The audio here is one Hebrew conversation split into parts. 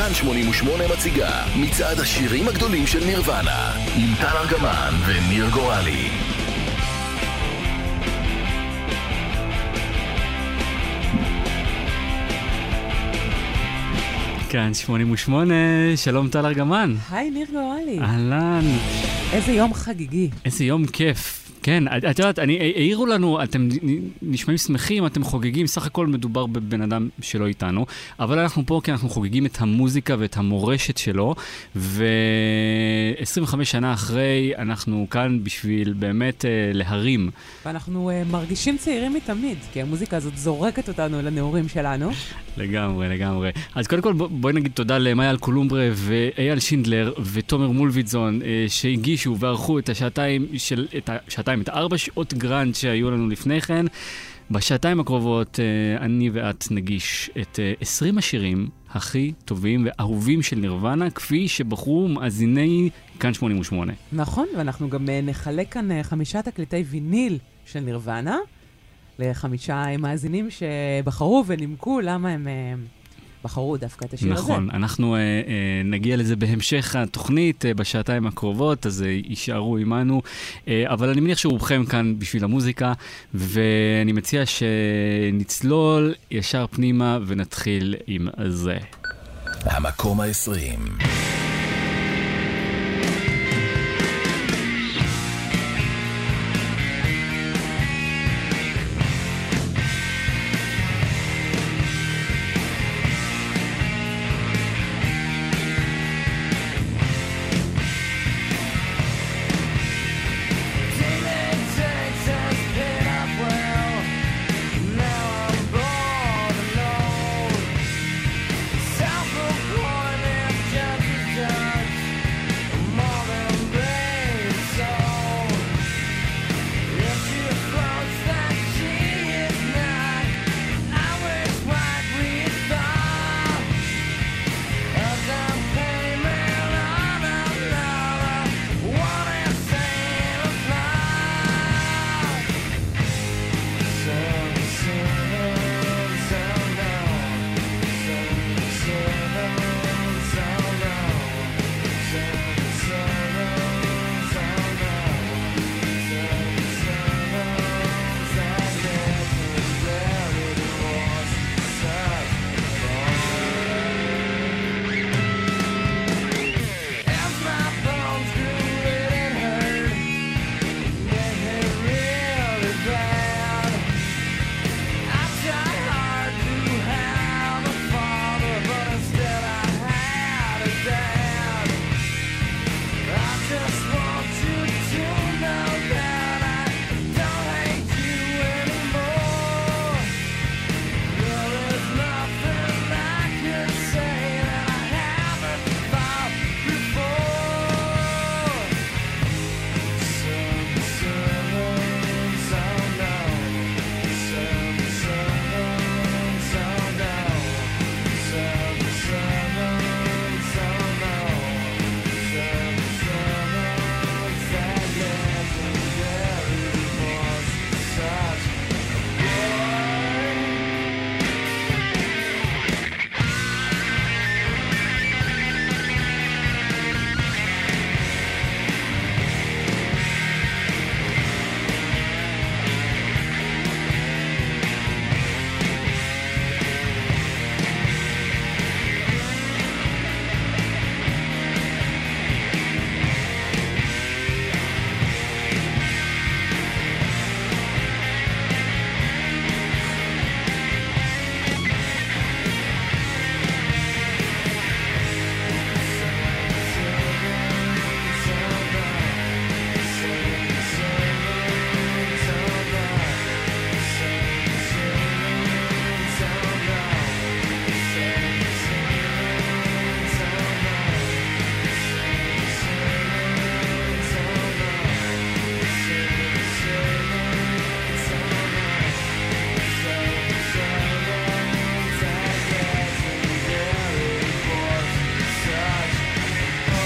כאן 88 מציגה מצעד השירים הגדולים של נירוונה עם טל ארגמן וניר גורלי. כאן 88, שלום טל ארגמן. היי ניר גורלי. אהלן. איזה יום חגיגי. איזה יום כיף. כן, את יודעת, העירו לנו, אתם נשמעים שמחים, אתם חוגגים, סך הכל מדובר בבן אדם שלא איתנו, אבל אנחנו פה כי אנחנו חוגגים את המוזיקה ואת המורשת שלו, ו-25 שנה אחרי אנחנו כאן בשביל באמת להרים. ואנחנו מרגישים צעירים מתמיד, כי המוזיקה הזאת זורקת אותנו לנעורים שלנו. לגמרי, לגמרי. אז קודם כל בואי נגיד תודה למאיה אלקולומברה ואייל שינדלר ותומר מולביטזון שהגישו וערכו את את 4 שעות גרנד שהיו לנו לפני כן. בשעתיים הקרובות אני ואת נגיש את 20 השירים הכי טובים ואהובים של נירוונה, כפי שבחרו מאזיני כאן 88. נכון, ואנחנו גם נחלק כאן 5 תקליטי ויניל של נירוונה, ל5 מאזינים שבחרו ונימקו למה הם בחרו דווקא את השיר הזה. נכון, אנחנו נגיע לזה בהמשך התוכנית בשעתיים הקרובות, אז יישארו עמנו, אבל אני מניח שרובכם כאן בשביל המוזיקה, ואני מציע שנצלול ישר פנימה ונתחיל עם זה. המקום ה-20.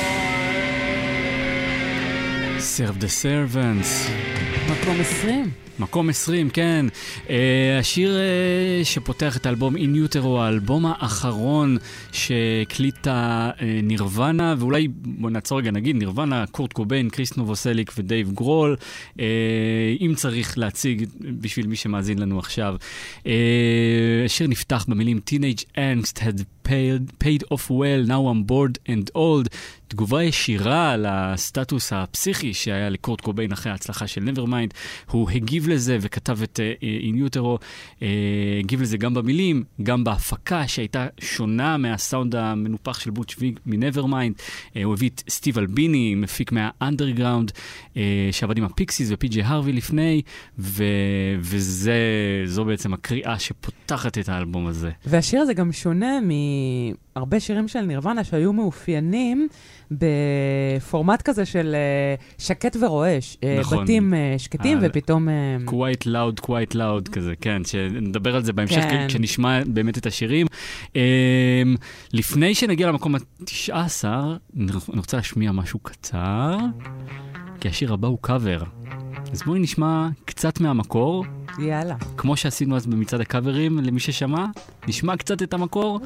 Serve the Servants. מקום 20. מקום 20, כן. השיר שפותח את האלבום In Utero, האלבום האחרון שהקליטה נירוונה, ואולי בוא נעצור רגע נגיד, נירוונה, קורט קוביין, קריס נובוסליק ודייב גרול, אם צריך להציג בשביל מי שמאזין לנו עכשיו. השיר נפתח במילים Teenage Angst had paid off well, now I'm bored and old. תגובה ישירה לסטטוס הפסיכי שהיה לקורט קוביין אחרי ההצלחה של Nevermind. הוא הגיב לזה וכתב את In Utero, הגיב לזה גם במילים, גם בהפקה שהייתה שונה מהסאונד המנופח של בוטש ויג מ-Nevermind. הוא הביא את סטיב אלביני, מפיק מהאנדרגראונד, שעבד עם הפיקסיס ופי.ג'יי הרווי לפני, וזו בעצם הקריאה שפותחת את האלבום הזה. והשיר הזה גם שונה מהרבה שירים של נירוונה שהיו מאופיינים בפורמט כזה של שקט ורועש. נכון. בתים שקטים ופתאום... quite loud כזה, כן, שנדבר על זה בהמשך, כן. כשנשמע באמת את השירים. לפני שנגיע למקום ה-19, אני רוצה להשמיע משהו קצר, כי השיר הבא הוא קאבר. אז בואי נשמע קצת מהמקור. יאללה. כמו שעשינו אז במצעד הקאברים, למי ששמע, נשמע קצת את המקור.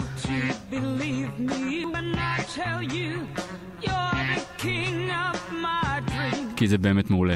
כי זה באמת מעולה.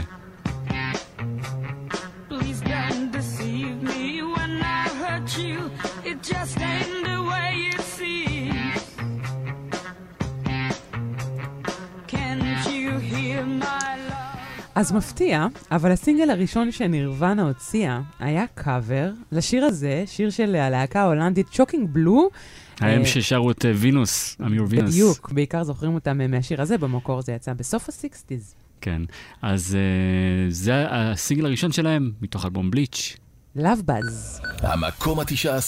אז מפתיע, אבל הסינגל הראשון שנירוונה הוציאה היה קאבר לשיר הזה, שיר של הלהקה ההולנדית שוקינג בלו. הם ששרו את וינוס, אמיר וינוס. בדיוק, בעיקר זוכרים אותם מהשיר הזה, במקור זה יצא בסוף ה-60s. כן, אז זה הסינגל הראשון שלהם, מתוך אלבום בליץ'. Love Buzz. המקום ה-19.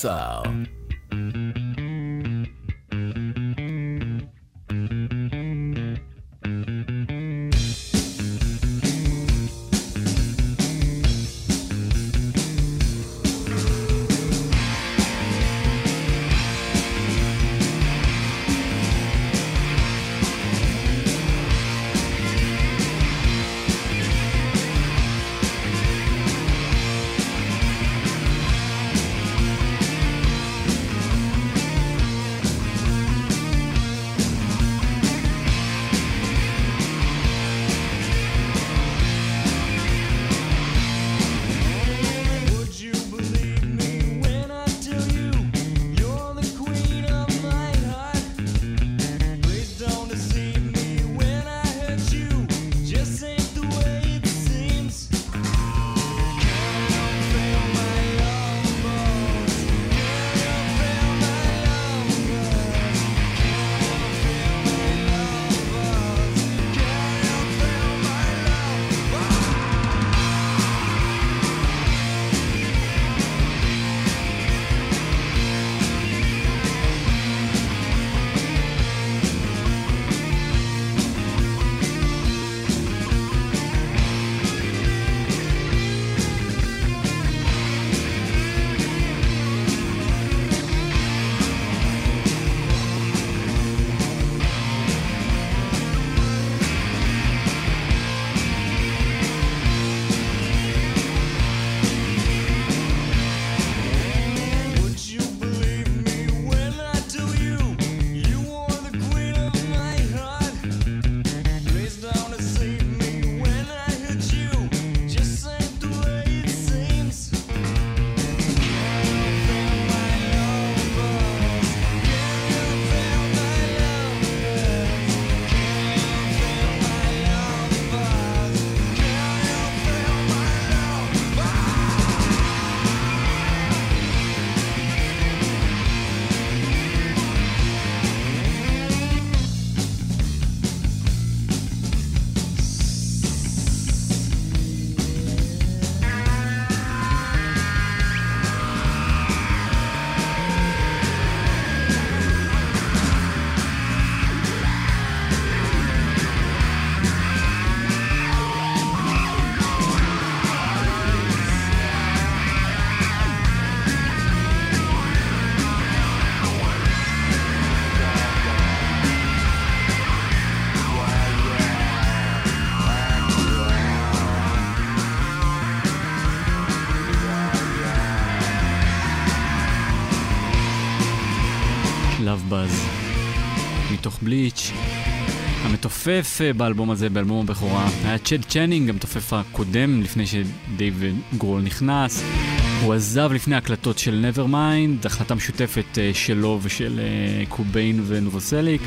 Stars, מתוך בליץ'. המתופף באלבום הזה, באלבום הבכורה, היה צ'ד צ'נינג, המתופף הקודם, לפני שדייב גרול נכנס. הוא עזב לפני הקלטות של Nevermind, החלטה משותפת שלו ושל קוביין ונובוסליק.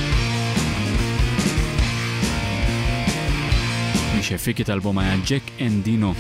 מי שהפיק את האלבום היה ג'ק אנדינו.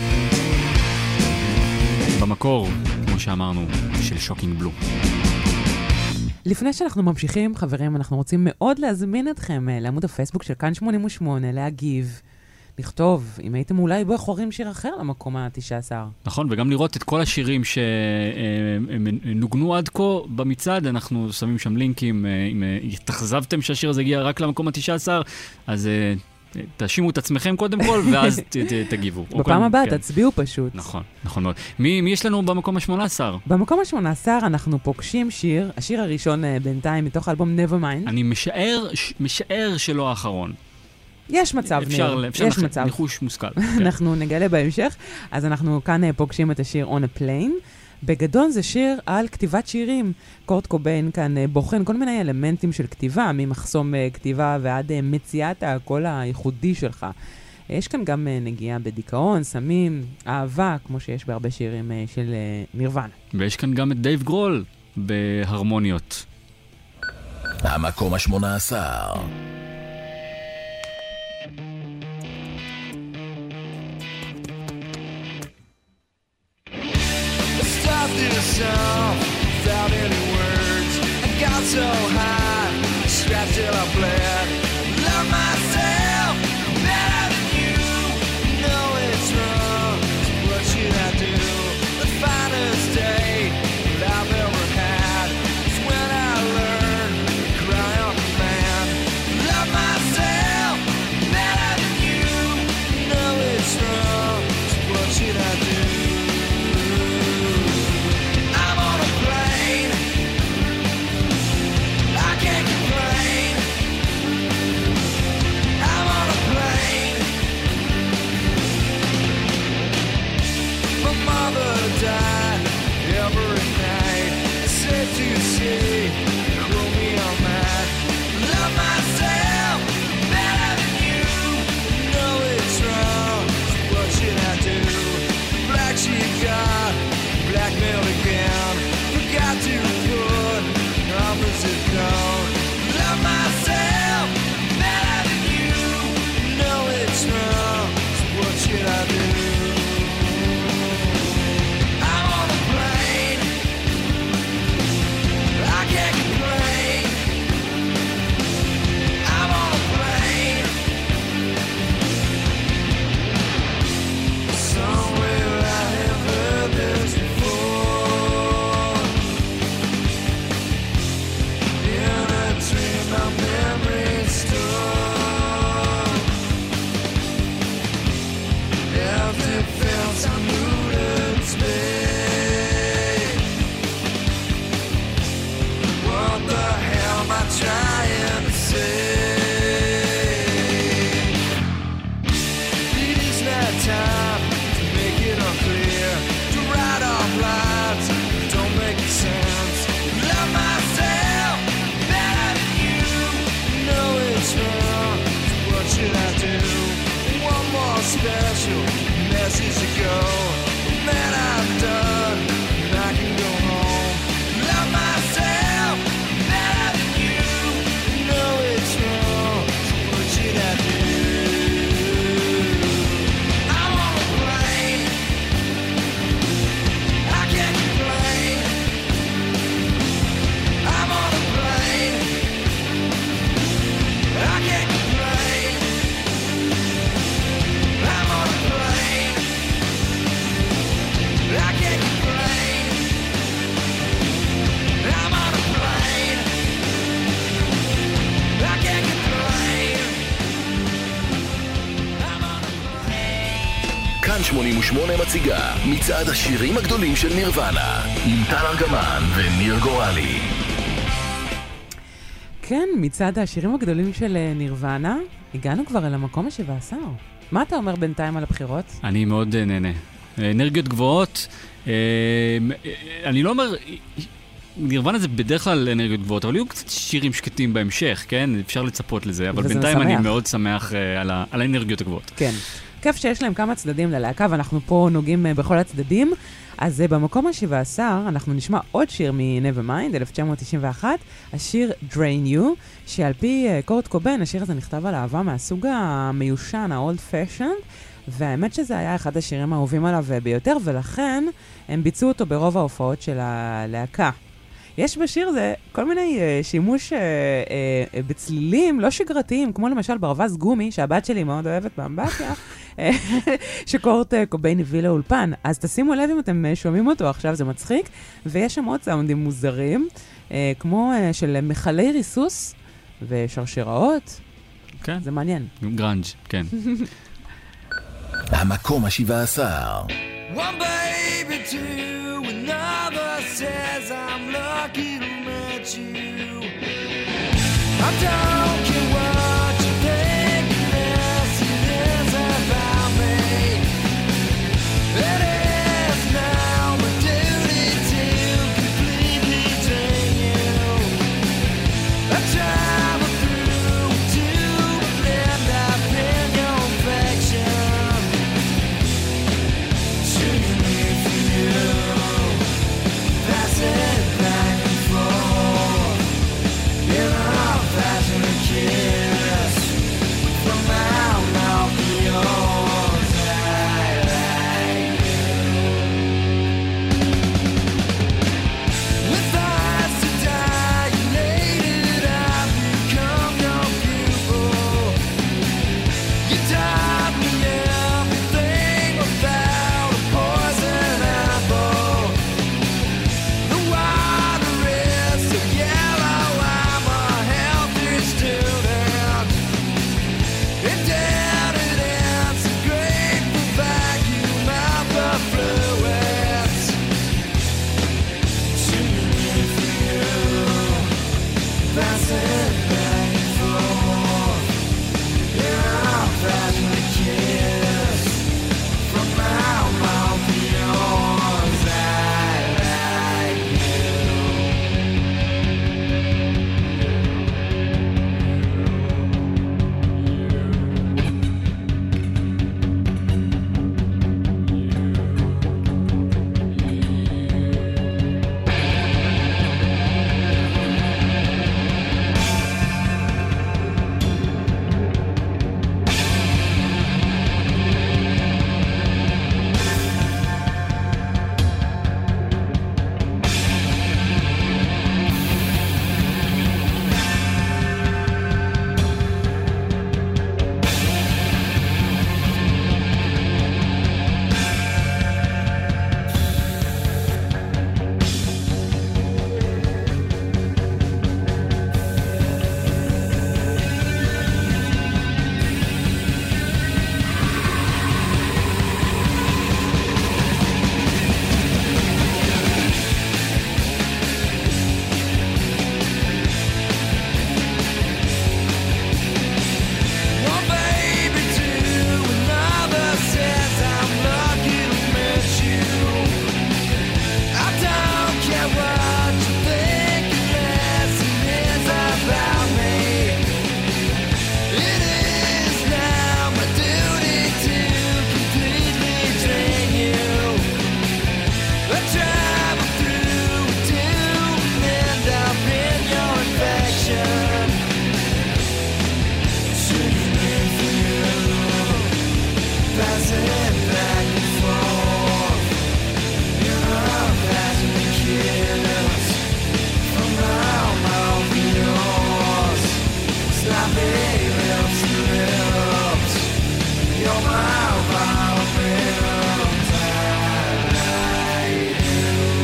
במקור, כמו שאמרנו, של שוקינג בלו. לפני שאנחנו ממשיכים, חברים, אנחנו רוצים מאוד להזמין אתכם לעמוד הפייסבוק של כאן 88, להגיב, לכתוב, אם הייתם אולי בוחרים שיר אחר למקום ה-19. נכון, וגם לראות את כל השירים שנוגנו עד כה במצעד, אנחנו שמים שם לינקים, אם התאכזבתם שהשיר הזה הגיע רק למקום ה-19, אז תאשימו את עצמכם קודם כל, ואז תגיבו. בפעם הבאה תצביעו פשוט. נכון, נכון מאוד. מי יש לנו במקום ה-18? במקום ה-18 אנחנו פוגשים שיר, השיר הראשון בינתיים מתוך האלבום Nevermind. אני משער שלא האחרון. יש מצב, ניר. יש מצב. ניחוש מושכל. אנחנו נגלה בהמשך. אז אנחנו כאן פוגשים את השיר On a Plane. בגדול זה שיר על כתיבת שירים. קורט קוביין כאן בוחן כל מיני אלמנטים של כתיבה, ממחסום כתיבה ועד מציאת הקול הייחודי שלך. יש כאן גם נגיעה בדיכאון, סמים, אהבה, כמו שיש בהרבה שירים של נירוונה. ויש כאן גם את דייב גרול בהרמוניות. המקום ה-18. This song without any words. I got so high, strapped till I bled. Love myself better than you. Know it's wrong, so what should I do? The finest day that I've ever had is when I learned to cry on command. Love myself better than you. Know it's wrong, so what should I do? Died every night. Said to see, call me all night. Love myself better than you. Know it's wrong, so what should I do? Black sheep got blackmailed again. Forgot to put opposite code. Love myself better than you. Know it's wrong, so what should I do? Trying to say it is not time to make it unclear, to write off lives that don't make sense. Love myself better than you. Know it's wrong, so what should I do? One more special message to go, and then I'm done and I can go home. Love myself better than you. Know it's wrong, so what should I do? I'm on a plane, I can't complain. I'm on a plane, I can't complain. I'm on a plane, I can't complain. I'm on a plane, I can't complain. I'm on a plane. כאן 88 מציגה מצעד השירים הגדולים של נירוונה עם טל ארגמן וניר גורלי. כן, מצעד השירים הגדולים של נירוונה, הגענו כבר אל המקום ה-17. מה אתה אומר בינתיים על הבחירות? אני מאוד נהנה. אנרגיות גבוהות. אני לא אומר נירוונה זה בדרך כלל אנרגיות גבוהות, אבל היו קצת שירים שקטים בהמשך, כן? אפשר לצפות לזה, אבל וזה בינתיים משמח. אני מאוד שמח על האנרגיות הגבוהות. כן. כיף שיש להם כמה צדדים ללהקה, ואנחנו פה נוגעים בכל הצדדים. אז במקום ה-17 אנחנו נשמע עוד שיר מ-Nevermind, 1991, השיר Drain You, שעל פי קורט קובן, השיר הזה נכתב על אהבה מהסוג המיושן, ה-old fashioned, והאמת שזה היה אחד השירים האהובים עליו ביותר, ולכן הם ביצעו אותו ברוב ההופעות של הלהקה. יש בשיר הזה כל מיני שימוש בצלילים לא שגרתיים, כמו למשל ברווז גומי, שהבת שלי מאוד אוהבת באמבטיה, שקורט קוביין הביא לאולפן. אז תשימו לב אם אתם שומעים אותו עכשיו, זה מצחיק. ויש שם עוד סאונדים מוזרים, כמו של מחלי ריסוס ושרשראות. כן. זה מעניין. גרנג', כן. המקום ה-17. One baby to another says I'm lucky to meet you. I don't care what you think, yes it is about me. It is now my duty to completely drain you. I travel through to end up in your affection.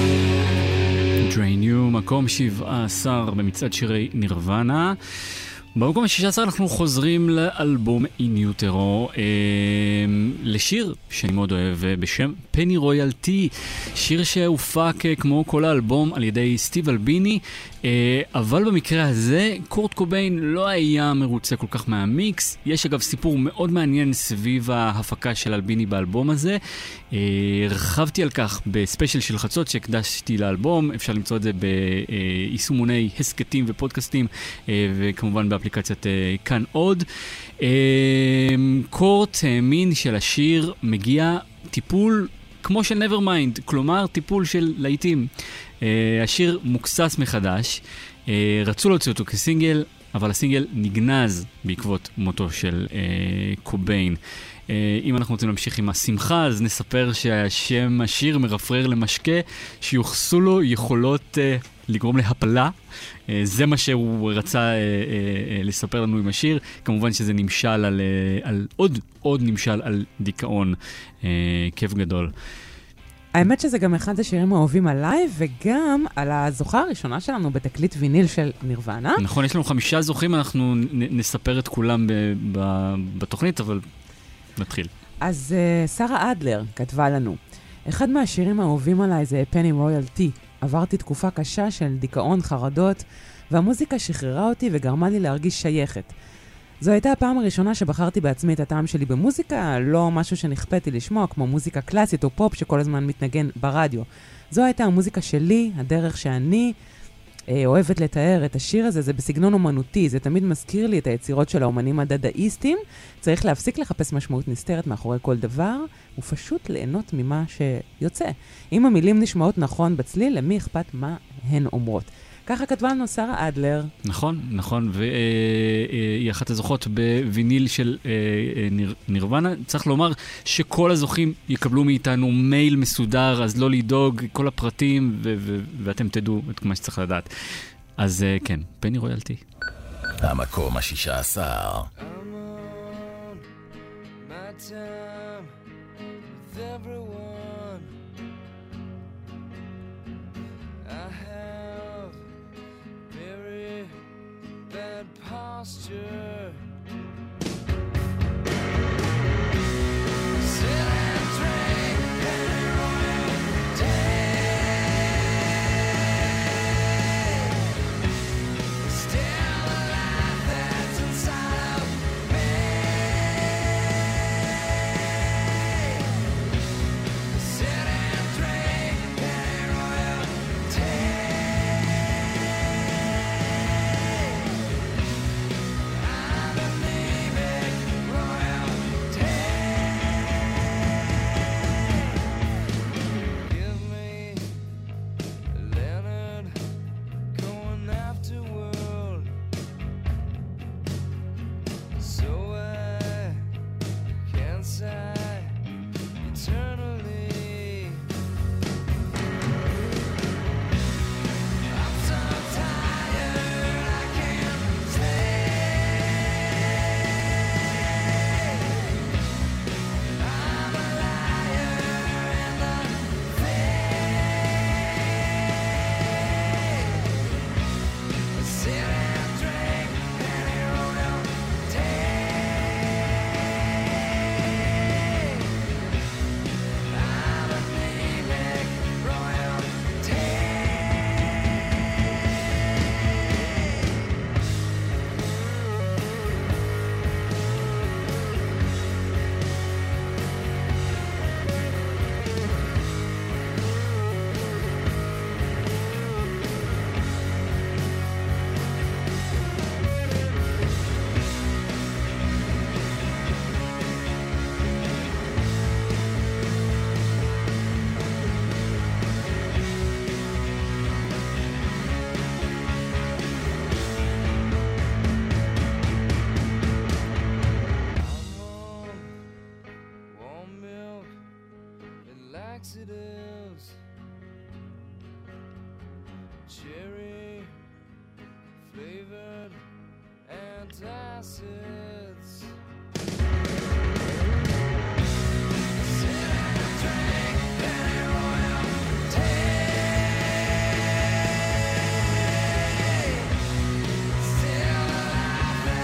מקום 17 במצעד שירי נירוונה. במקום ה-16 אנחנו חוזרים לאלבום In Utero, לשיר שאני מאוד אוהב בשם פני רויאלטי, שיר שהופק כמו כל האלבום על ידי סטיב אלביני, אבל במקרה הזה קורט קוביין לא היה מרוצה כל כך מהמיקס. יש אגב סיפור מאוד מעניין סביב ההפקה של אלביני באלבום הזה, הרחבתי על כך בספיישל של חצות שהקדשתי לאלבום, אפשר למצוא את זה ביישומוני הסקטים ופודקאסטים וכמובן באפליקציית כאן עוד. קורט האמין שלשיר מגיע טיפול כמו של Nevermind, כלומר טיפול של להיטים. השיר מוקסס מחדש, רצו להוציא אותו כסינגל, אבל הסינגל נגנז בעקבות מותו של קוביין. אם אנחנו רוצים להמשיך עם השמחה, אז נספר שהשם השיר מרפרר למשקה שיוחסו לו יכולות לגרום להפלה. זה מה שהוא רצה לספר לנו עם השיר. כמובן שזה נמשל על עוד נמשל על דיכאון. כיף גדול. האמת שזה גם אחד השירים האהובים עליי, וגם על הזוכה הראשונה שלנו בתקליט ויניל של נירוונה. נכון, יש לנו 5 זוכים, אנחנו נספר את כולם בתוכנית, אבל נתחיל. אז שרה אדלר כתבה לנו, אחד מהשירים האהובים עליי זה פני רויאלטי. עברתי תקופה קשה של דיכאון, חרדות, והמוזיקה שחררה אותי וגרמה לי להרגיש שייכת. זו הייתה הפעם הראשונה שבחרתי בעצמי את הטעם שלי במוזיקה, לא משהו שנכפתי לשמוע, כמו מוזיקה קלאסית או פופ שכל הזמן מתנגן ברדיו. זו הייתה המוזיקה שלי, הדרך שאני אוהבת לתאר את השיר הזה, זה בסגנון אומנותי, זה תמיד מזכיר לי את היצירות של האומנים הדדאיסטים. צריך להפסיק לחפש משמעות נסתרת מאחורי כל דבר, ופשוט ליהנות ממה שיוצא. אם המילים נשמעות נכון בצליל, למי אכפת מה הן אומרות. ככה כתבה לנו שרה אדלר. נכון, והיא אחת הזוכות בוויניל של נירוונה. צריך לומר שכל הזוכים יקבלו מאיתנו מייל מסודר, אז לא לדאוג, כל הפרטים, ואתם תדעו את מה שצריך לדעת. אז כן, פני רויאלטי. המקום ה-16. Posture. Cherry flavored antacids. Still alive.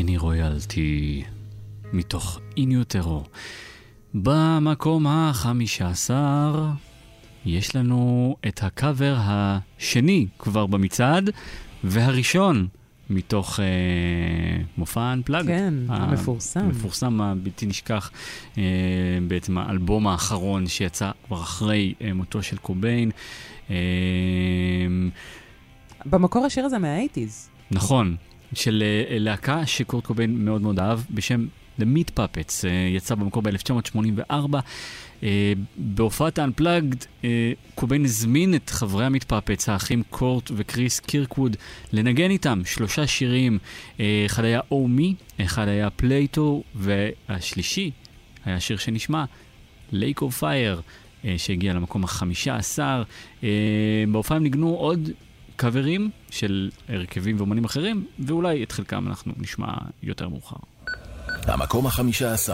פני רויאלטי מתוך איניוטרו. במקום ה-15 יש לנו את הקאבר השני כבר במצעד, והראשון מתוך מופע Unplugged. כן, המפורסם. המפורסם, הבלתי נשכח, בעצם האלבום האחרון שיצא כבר אחרי מותו של קוביין. במקור השיר הזה מה-80s. נכון, של להקה שקורט קוביין מאוד מאוד אהב, בשם The Meat Puppets, יצא במקור ב-1984. בהופעת ה-Unplugged, קוביין הזמין את חברי ה-Meat Puppets, האחים קורט וקריס קירקווד, לנגן איתם 3 שירים. אחד היה Oh Me, אחד היה פלייטו, והשלישי היה שיר שנשמע Lake of Fire, שהגיע למקום ה-15. בהופעה הם ניגנו עוד קאברים של הרכבים ואומנים אחרים, ואולי את חלקם אנחנו נשמע יותר מאוחר. המקום ה-15.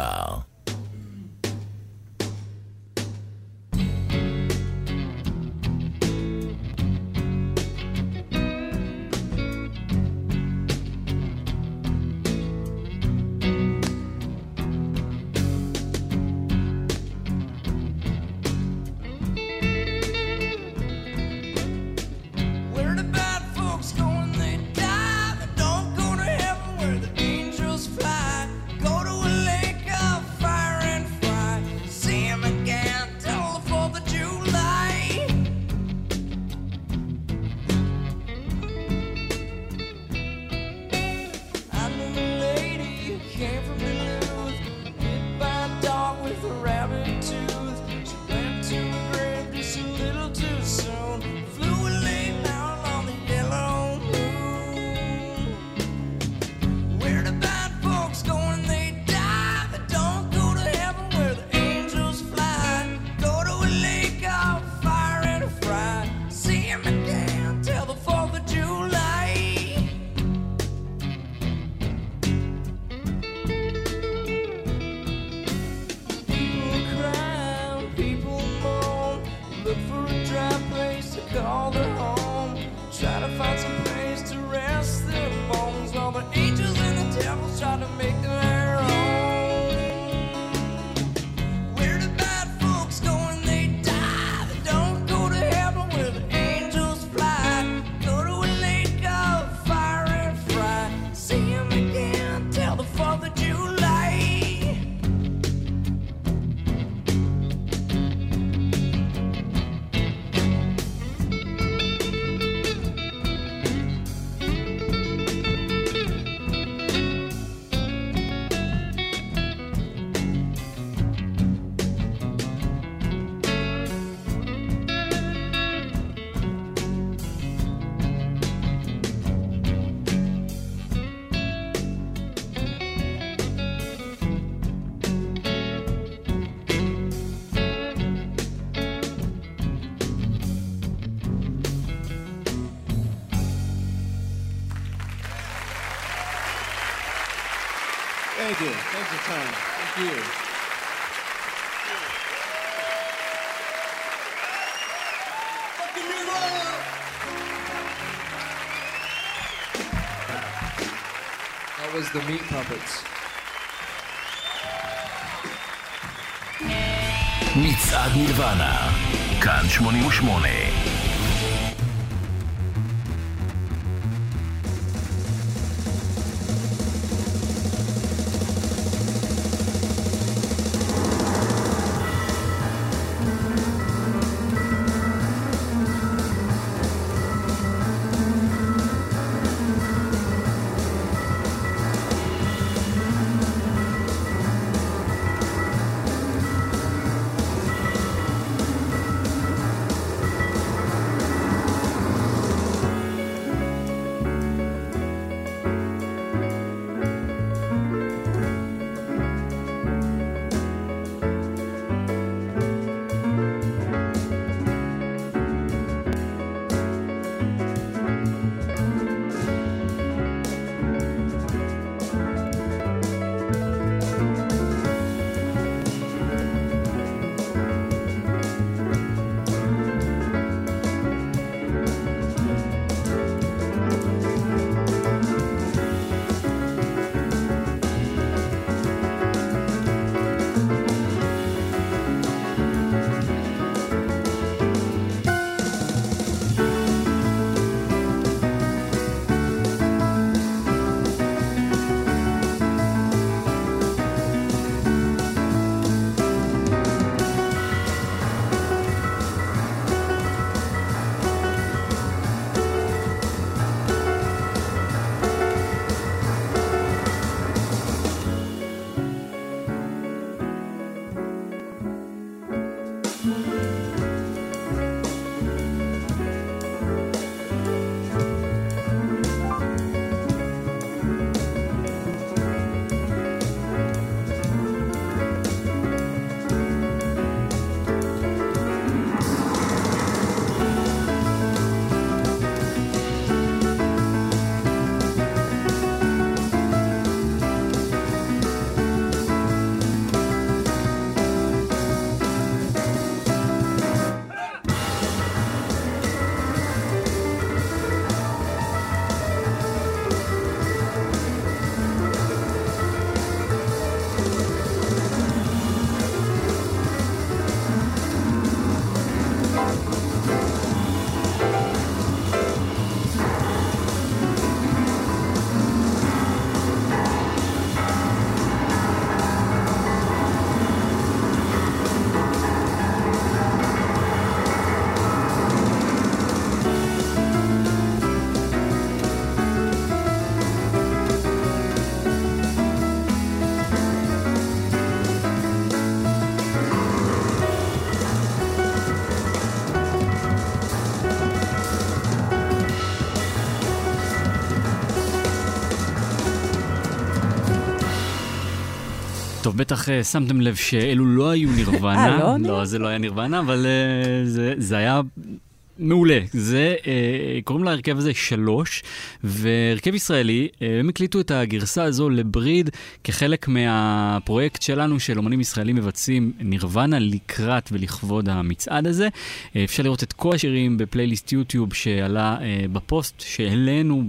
Thank you. Thanks for time. Thank you. That was the Meat Puppets. מצעד נירוונה, כאן 88. טוב, בטח שמתם לב שאלו לא היו נירוונה. לא, זה לא היה נירוונה, אבל זה היה מעולה. זה, קוראים להרכב הזה 3, והרכב ישראלי, הם הקליטו את הגרסה הזו לבריד כחלק מהפרויקט שלנו של אומנים ישראלים מבצעים נירוונה לקראת ולכבוד המצעד הזה. אפשר לראות את כל השירים בפלייליסט יוטיוב שעלה בפוסט שהעלינו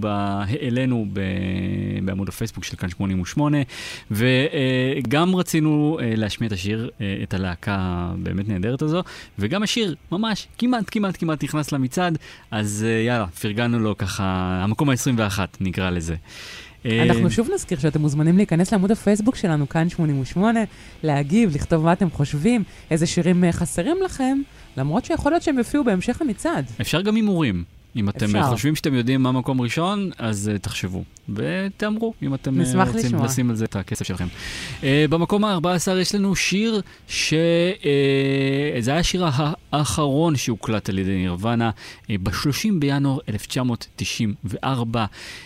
בעמוד הפייסבוק של כאן 88, וגם רצינו להשמיע את השיר, את הלהקה באמת נהדרת הזו, וגם השיר ממש כמעט נכנס למצעד, אז יאללה, פרגנו לו ככה, המקום ה-21 נקרא לזה. אנחנו שוב נזכיר שאתם מוזמנים להיכנס לעמוד הפייסבוק שלנו, כאן 88, להגיב, לכתוב מה אתם חושבים, איזה שירים חסרים לכם, למרות שיכול להיות שהם יופיעו בהמשך המצעד. אפשר גם הימורים. אם אתם חושבים שאתם יודעים מה מקום ראשון, אז תחשבו ותאמרו אם אתם רוצים לשים על זה את הכסף שלכם. במקום ה-14 יש לנו שיר זה היה השיר האחרון שהוקלט על ידי נירוונה ב-30 בינואר 1994,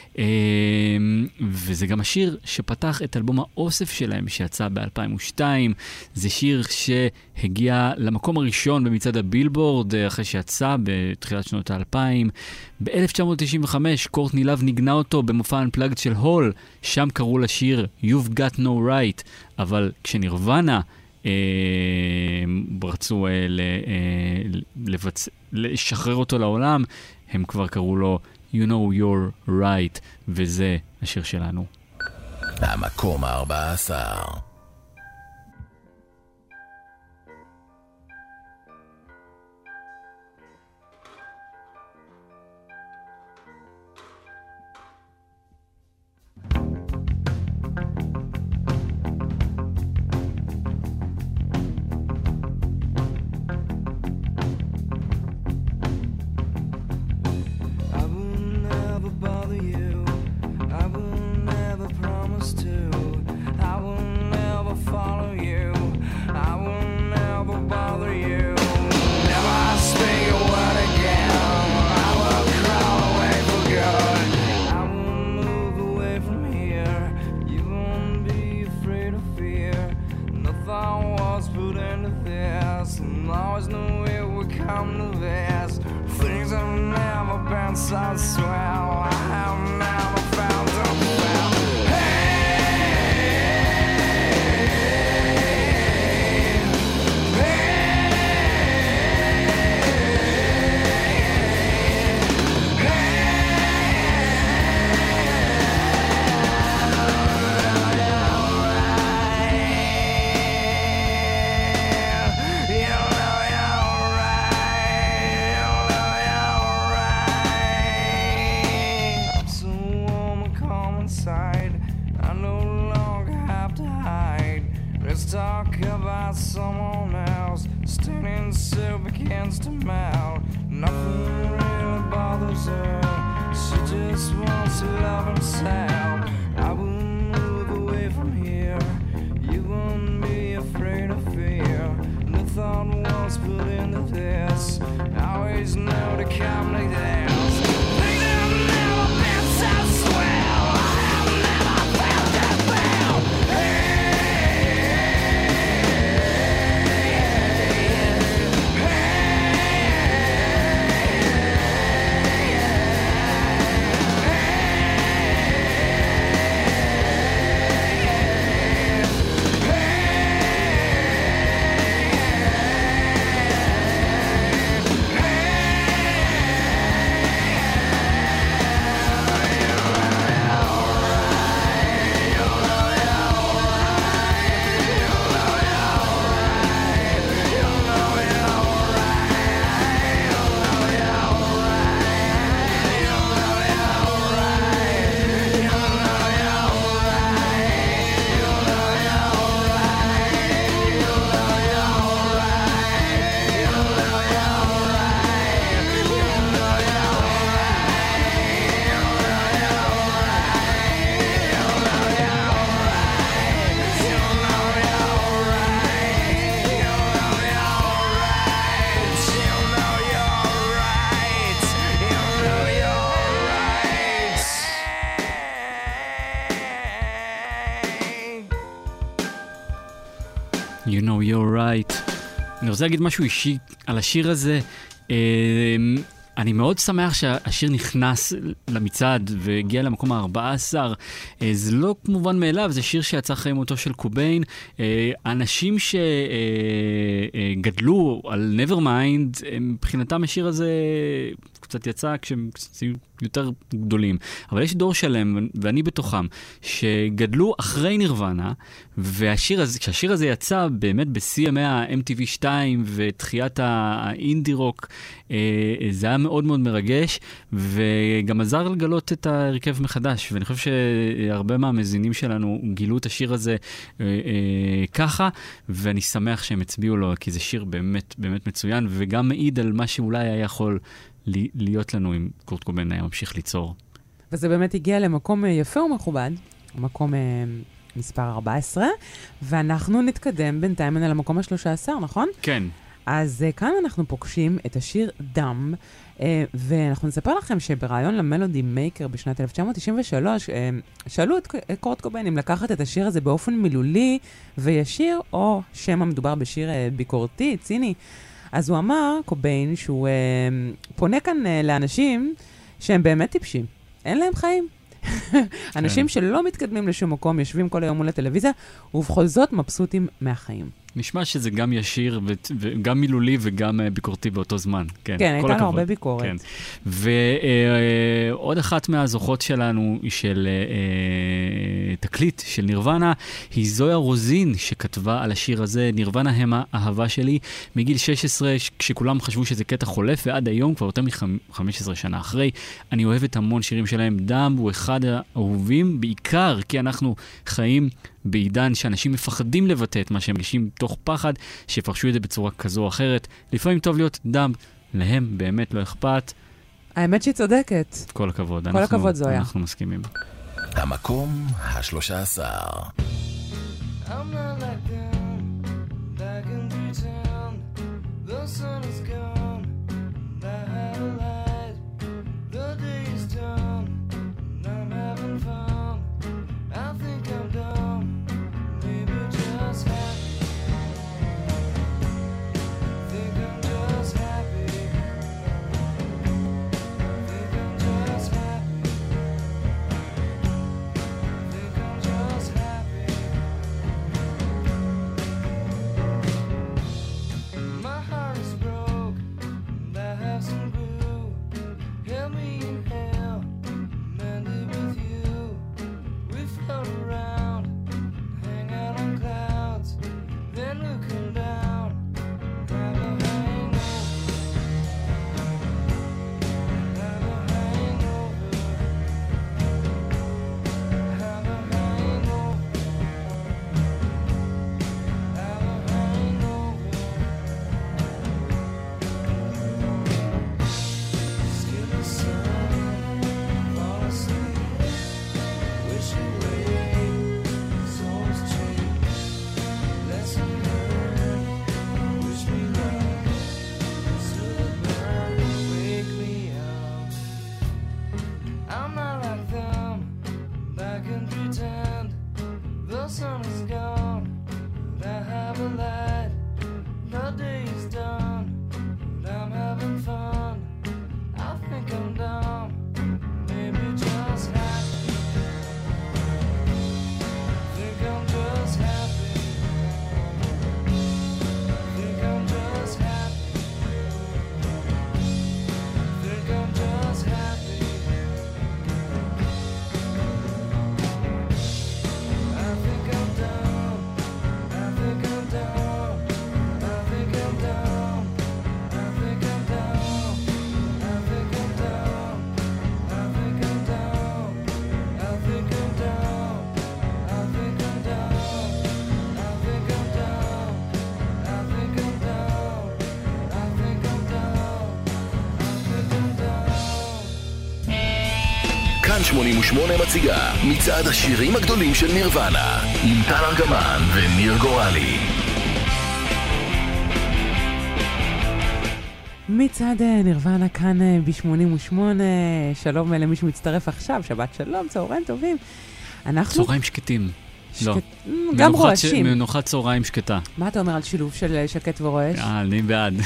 וזה גם השיר שפתח את אלבום האוסף שלהם שיצא ב-2002. זה שיר שהגיע למקום הראשון במצעד הבילבורד אחרי שיצא בתחילת שנות ה-2000. ב-1995 קורטני לאב ניגנה אותו במופע אנפלאגד של הול, שם קראו לשיר You've Got No Right, אבל כשנירוונה רצו לשחרר אותו לעולם, הם כבר קראו לו You Know You're Right, וזה השיר שלנו. המקום ה-14. You know you're right. אני רוצה להגיד משהו אישי על השיר הזה. אני מאוד שמח שהשיר נכנס למצעד והגיע למקום ה-14. זה לא כמובן מאליו, זה שיר שיצא אחרי מותו של קוביין. אנשים שגדלו על Nevermind, מבחינתם השיר הזה קצת יצא כשהם יותר גדולים. אבל יש דור שלם, ואני בתוכם, שגדלו אחרי נירוונה, כשהשיר הזה יצא באמת ב-CMA, MTV 2 ותחיית האינדי רוק, זה היה מאוד מאוד מרגש, וגם עזר לגלות את ההרכב מחדש, ואני חושב שהרבה מהמזינים שלנו גילו את השיר הזה ככה, ואני שמח שהם הצביעו לו, כי זה שיר באמת באמת מצוין, וגם מעיד על מה שאולי היה יכול להיות לנו אם קורט קוביין היה ממשיך ליצור. וזה באמת הגיע למקום יפה ומכובד, מקום מספר 14, ואנחנו נתקדם בינתיים על המקום ה-13, נכון? כן. אז כאן אנחנו פוגשים את השיר דם, ואנחנו נספר לכם שברעיון למלודי מייקר בשנת 1993, שאלו את קורט קוביין אם לקחת את השיר הזה באופן מילולי וישיר, או שמא מדובר בשיר ביקורתי, ציני. אז הוא אמר, קוביין, שהוא פונה כאן לאנשים שהם באמת טיפשים. אין להם חיים. אנשים שלא מתקדמים לשום מקום, יושבים כל היום מול הטלוויזיה, ובכל זאת מבסוטים מהחיים. נשמע שזה גם ישיר, וגם מילולי וגם ביקורתי באותו זמן. כן, כן, הייתה לו הרבה ביקורת. כן. ועוד אחת מהזוכות שלנו, של תקליט של נירוונה, היא זויה רוזין, שכתבה על השיר הזה, נירוונה הם האהבה שלי, מגיל 16, כשכולם חשבו שזה קטע חולף, ועד היום, כבר יותר מ-15 שנה אחרי, אני אוהבת המון שירים שלהם. דם הוא אחד האהובים, בעיקר כי אנחנו חיים בעידן שאנשים מפחדים לבטא את מה שהם מרגישים תוך פחד, שיפרשו את זה בצורה כזו או אחרת. לפעמים טוב להיות דם, להם באמת לא אכפת. האמת שהיא צודקת. כל הכבוד. כל הכבוד זויה. אנחנו מסכימים. המקום ה-13. I'm not like them, back in pretend. The sun is gone, I had a light. The day is done, I'm having fun. I think I'm dumb, maybe just happy. Think I'm just happy. Think I'm just happy. Think I'm just happy. My heart is broke, and I have some glue. Held me in hell, mended with you. We float around, hang out on clouds, then looking down, have a hangover, have a hangover, have a hangover, have a hangover. Skin the sun, fall asleep, wishing away, soul's cheap. Lesson learned, wish me luck, slow burn, wake me up. I'm not like them, I can pretend. The sun is gone, but I have a light. The day is done, but I'm having fun. I think I'm dumb, maybe just happy. Think I'm just happy. Think I'm just happy. Think I'm just happy. I think I'm dumb. I think I'm dumb. I think I'm dumb. I think I'm dumb. I think I'm dumb. I think I'm dumb. I think I'm dumb. I think I'm dumb. I think I'm dumb. I think I'm dumb. I think I'm dumb. I think I'm dumb. כאן 88 מציגה מצעד השירים הגדולים של נירוונה עם טל ארגמן וניר גורלי. מצעד נירוונה כאן ב-88, שלום למי שמצטרף עכשיו, שבת שלום, צהריים טובים. אנחנו... צהריים שקטים. לא. גם רועשים. מנוחת צהריים שקטה. מה אתה אומר על שילוב של שקט ורועש? אני בעד.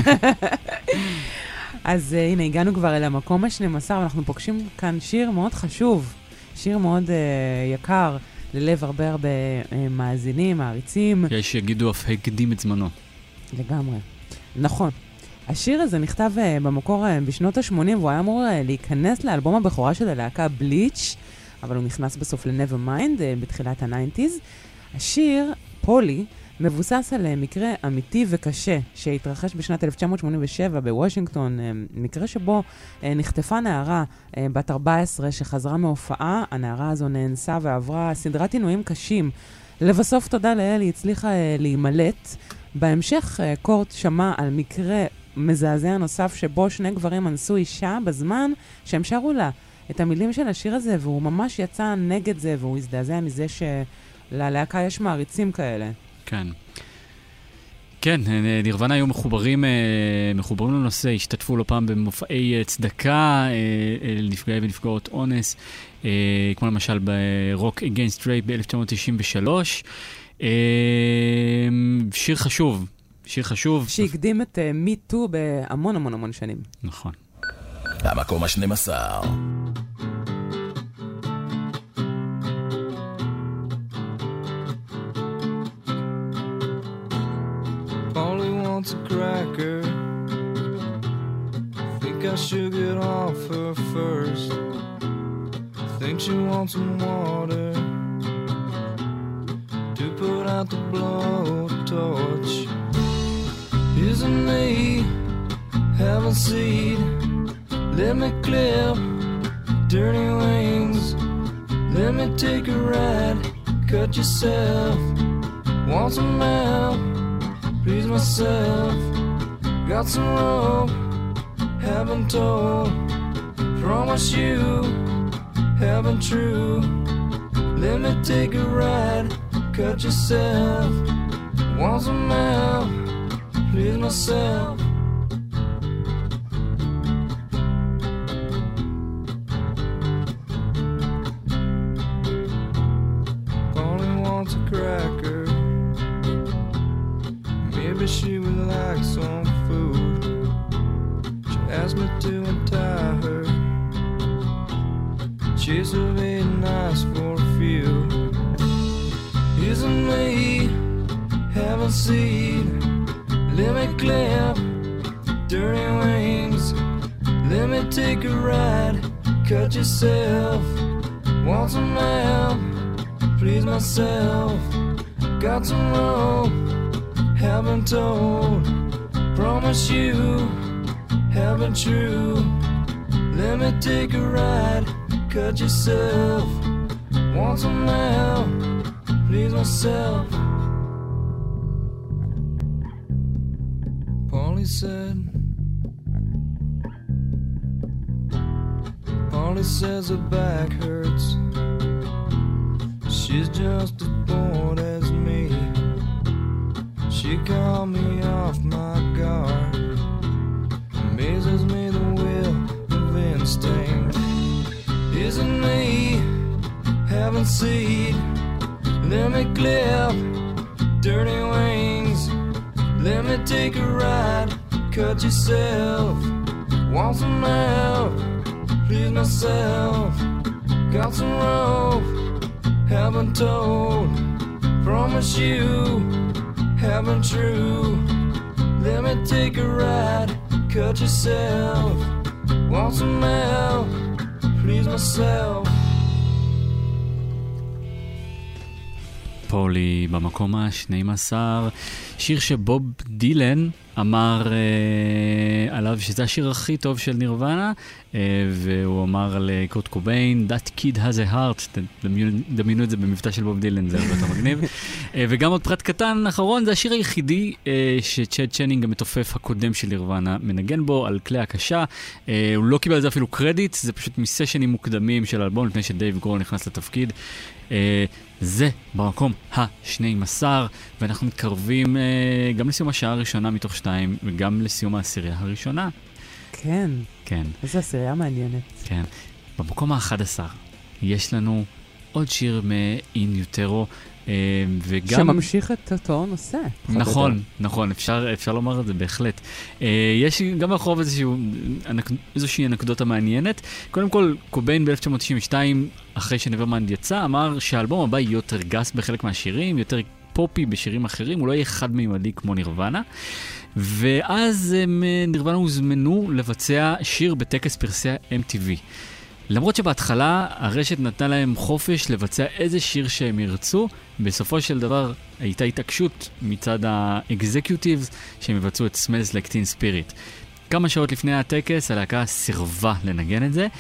אז הנה, הגענו כבר אל המקום ה-12, ואנחנו פוגשים כאן שיר מאוד חשוב, שיר מאוד יקר, ללב הרבה מאזינים, מעריצים. יש שיגידו אף הקדים את זמנו. לגמרי. נכון. השיר הזה נכתב במקור בשנות ה-80, והוא היה אמור להיכנס לאלבום הבכורה של הלהקה בליץ', אבל הוא נכנס בסוף ל-Nevermind בתחילת ה-90s. השיר, פולי, מבוסס על מקרה אמיתי וקשה שהתרחש בשנת 1987 בוושינגטון, מקרה שבו נחטפה נערה בת 14 שחזרה מהופעה. הנערה הזו נאנסה ועברה סדרת עינויים קשים. לבסוף, תודה לאל, היא הצליחה להימלט. בהמשך קורט שמע על מקרה מזעזע נוסף שבו שני גברים אנסו אישה בזמן שהם שרו לה את המילים של השיר הזה, והוא ממש יצא נגד זה, והוא הזדעזע מזה שללהקה יש מעריצים כאלה. כן. כן, נירוונה היו מחוברים לנושא, השתתפו לא פעם במופעי צדקה, נפגעי ונפגעות אונס, כמו למשל ברוק Against Rape ב-1993. שיר חשוב. שהקדים את Me Too בהמון המון המון שנים. נכון. המקום ה-12. Polly wants a cracker. Think I should get off her first. Think she wants some water to put out the blowtorch. Isn't me have a seed? Let me clip dirty wings. Let me take a ride. Cut yourself. Want some help? Please myself. Got some rope. Haven't told. Promise you. Haven't true. Let me take a ride. Cut yourself. Want some help? Please myself. Polly wants a cracker. Maybe she would like some food. She asked me to untie her. She's a very nice for a few. Isn't me having seed? Let me clip dirty wings. Let me take a ride. Cut yourself. Want some help? Please myself. Got some rope. Haven't told. Promise you. Haven't true. Let me take a ride. Cut yourself. Want some help? Please myself. Polly said. Polly says her back hurts. She's just as bored as me. She called me off my guard. Amazes me the will of instinct. Isn't me having seed? Let me clip dirty wings. Let me take a ride. Cut yourself. Want some help? Please myself. Got some rope. Haven't told. Promise you. Haven't true. Let me take a ride. Cut yourself. Want some help? Please myself. פולי במקום ה-12, שיר שבוב דילן אמר עליו שזה השיר הכי טוב של נירוונה, והוא אמר לקורט קוביין, That kid has a heart, דמיינו את זה במבטא של בוב דילן, זה הרבה יותר מגניב. וגם עוד פרט קטן אחרון, זה השיר היחידי שצ'אד צ'נינג המתופף הקודם של נירוונה מנגן בו על כלי הקשה. הוא לא קיבל על זה אפילו קרדיט, זה פשוט מסשנים מוקדמים של האלבום לפני שדייב גרול נכנס לתפקיד. זה במקום ה-12, ואנחנו מתקרבים גם לסיום השעה הראשונה מתוך 2 וגם לסיום העשירייה הראשונה. כן. כן. איזו עשירייה מעניינת. כן. במקום ה-11 יש לנו עוד שיר מ-In Utero, וגם... שממשיך את אותו נושא. נכון, נכון, אפשר לומר את זה בהחלט. יש גם מאחוריו איזושהי אנקדוטה מעניינת. קודם כל, קוביין ב-1992, אחרי שנברמנד יצא, אמר שהאלבום הבא יהיה יותר גס בחלק מהשירים, יותר פופי בשירים אחרים, הוא לא יהיה חד-מימדי כמו נירוונה. ואז נירוונה הוזמנו לבצע שיר בטקס פרסי MTV. למרות שבהתחלה הרשת נתנה להם חופש לבצע איזה שיר שהם ירצו, בסופו של דבר הייתה התעקשות מצד האקזקיוטיבס שהם יבצעו את Smells Like Teen Spirit. כמה שעות לפני הטקס הלהקה סירבה לנגן את זה,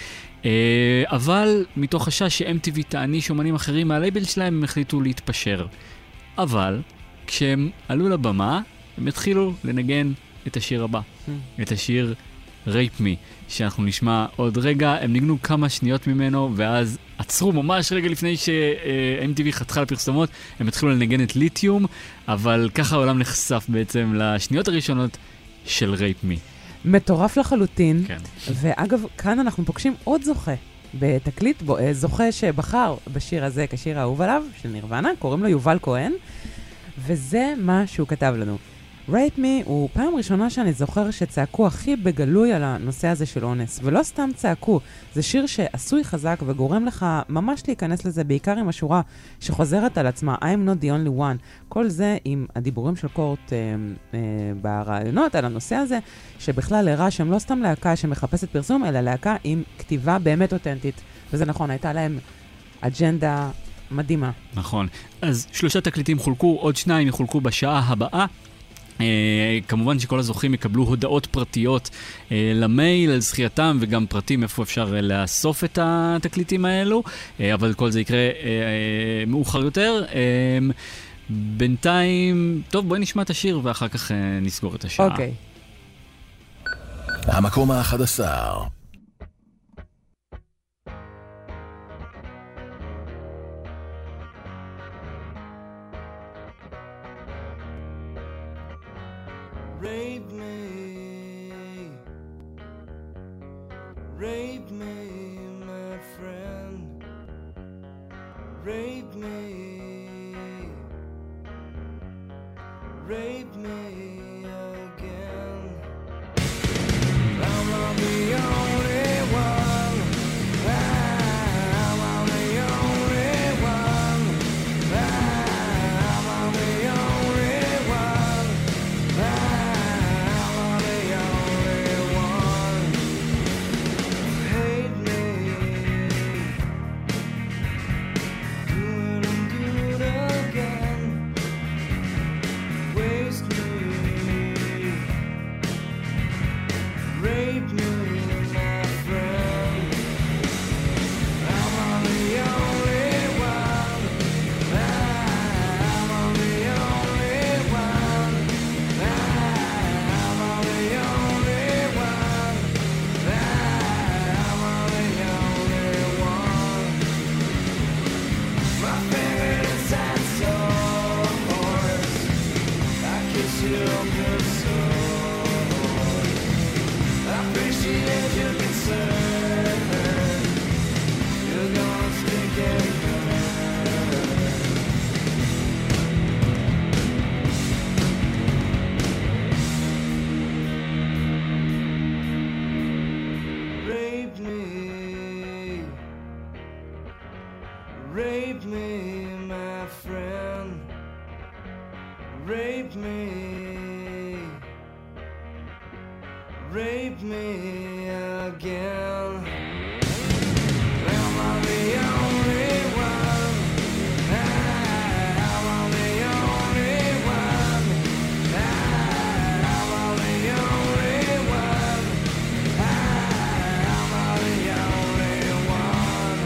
אבל מתוך חשש ש-MTV תעניש אומנים אחרים מהלייבל שלהם הם החליטו להתפשר. אבל כשהם עלו לבמה הם התחילו לנגן את השיר הבא, את השיר Rape Me, שאנחנו נשמע עוד רגע. הם ניגנו כמה שניות ממנו, ואז עצרו ממש רגע לפני ש-MTV חתכה לפרסומות, הם התחילו לנגן את ליתיום, אבל ככה העולם נחשף בעצם לשניות הראשונות של Rape Me. מטורף לחלוטין, כן. ואגב, כאן אנחנו פוגשים עוד זוכה, בתקליט זוכה שבחר בשיר הזה כשיר האהוב עליו, של נירוונה, קוראים לו יובל כהן, וזה מה שהוא כתב לנו. Rape Me הוא פעם ראשונה שאני זוכר שצעקו הכי בגלוי על הנושא הזה של אונס, ולא סתם צעקו, זה שיר שעשוי חזק וגורם לך ממש להיכנס לזה, בעיקר עם השורה שחוזרת על עצמה, I'm not the only one. כל זה עם הדיבורים של קורט ברעיונות על הנושא הזה, שבכלל הראה שהם לא סתם להקה שמחפשת פרסום, אלא להקה עם כתיבה באמת אותנטית. וזה נכון, הייתה להם אג'נדה מדהימה. נכון. אז 3 תקליטים חולקו, עוד 2 יחולקו בשעה הבאה. כמובן שכל הזוכים יקבלו הודעות פרטיות למייל על זכייתם, וגם פרטים איפה אפשר לאסוף את התקליטים האלו, אבל כל זה יקרה מאוחר יותר. בינתיים, טוב, בואי נשמע את השיר ואחר כך נסגור את השעה. אוקיי. המקום ה-11. Rape me, rape me, my friend. Rape me, rape me again. I'm not the only one. I'm not the only one. I'm not the only one. Rape me, my friend. Rape me. Rape me again. Am I the only one? Am I the only one? Am I the only one? Am I the only one?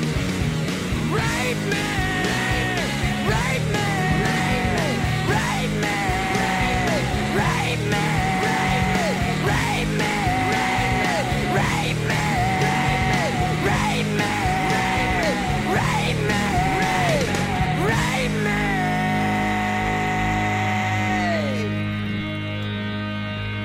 Rape me! Rape me! Rape me! Rape me! Rape me! Rape me! Rape me! Rape me! Rape me!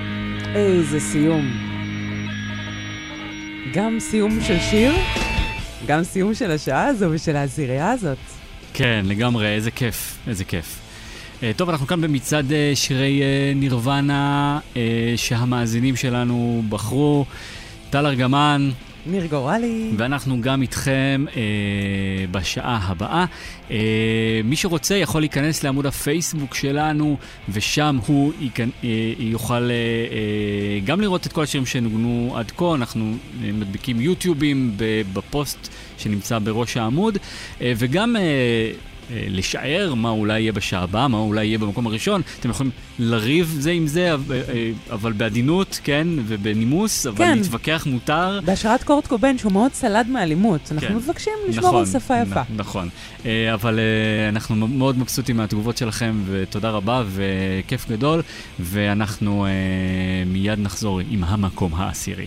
איזה סיום. גם סיום של שיר גם סיום של השעה הזו ושל העשירייה הזאת. כן, לגמרי, איזה כיף, איזה כיף. טוב, אנחנו כאן במצעד שירי נירוונה שהמאזינים שלנו בחרו. טל ארגמן, ניר גורלי. ואנחנו גם איתכם בשעה הבאה. מי שרוצה יכול להיכנס לעמוד הפייסבוק שלנו, ושם הוא יוכל גם לראות את כל השירים שנוגנו עד כה. אנחנו מדביקים יוטיובים בפוסט שנמצא בראש העמוד, וגם לשער מה אולי יהיה בשעה הבאה, מה אולי יהיה במקום הראשון. אתם יכולים לריב זה עם זה, אבל בעדינות, כן, ובנימוס, אבל כן. להתווכח מותר. בהשראת קורט קובן, שהוא מאוד סלד מאלימות. אנחנו מבקשים לשמור על שפה יפה. נכון, אבל אנחנו מאוד מבסוטים מהתגובות שלכם, ותודה רבה, וכיף גדול, ואנחנו מיד נחזור עם המקום העשירי.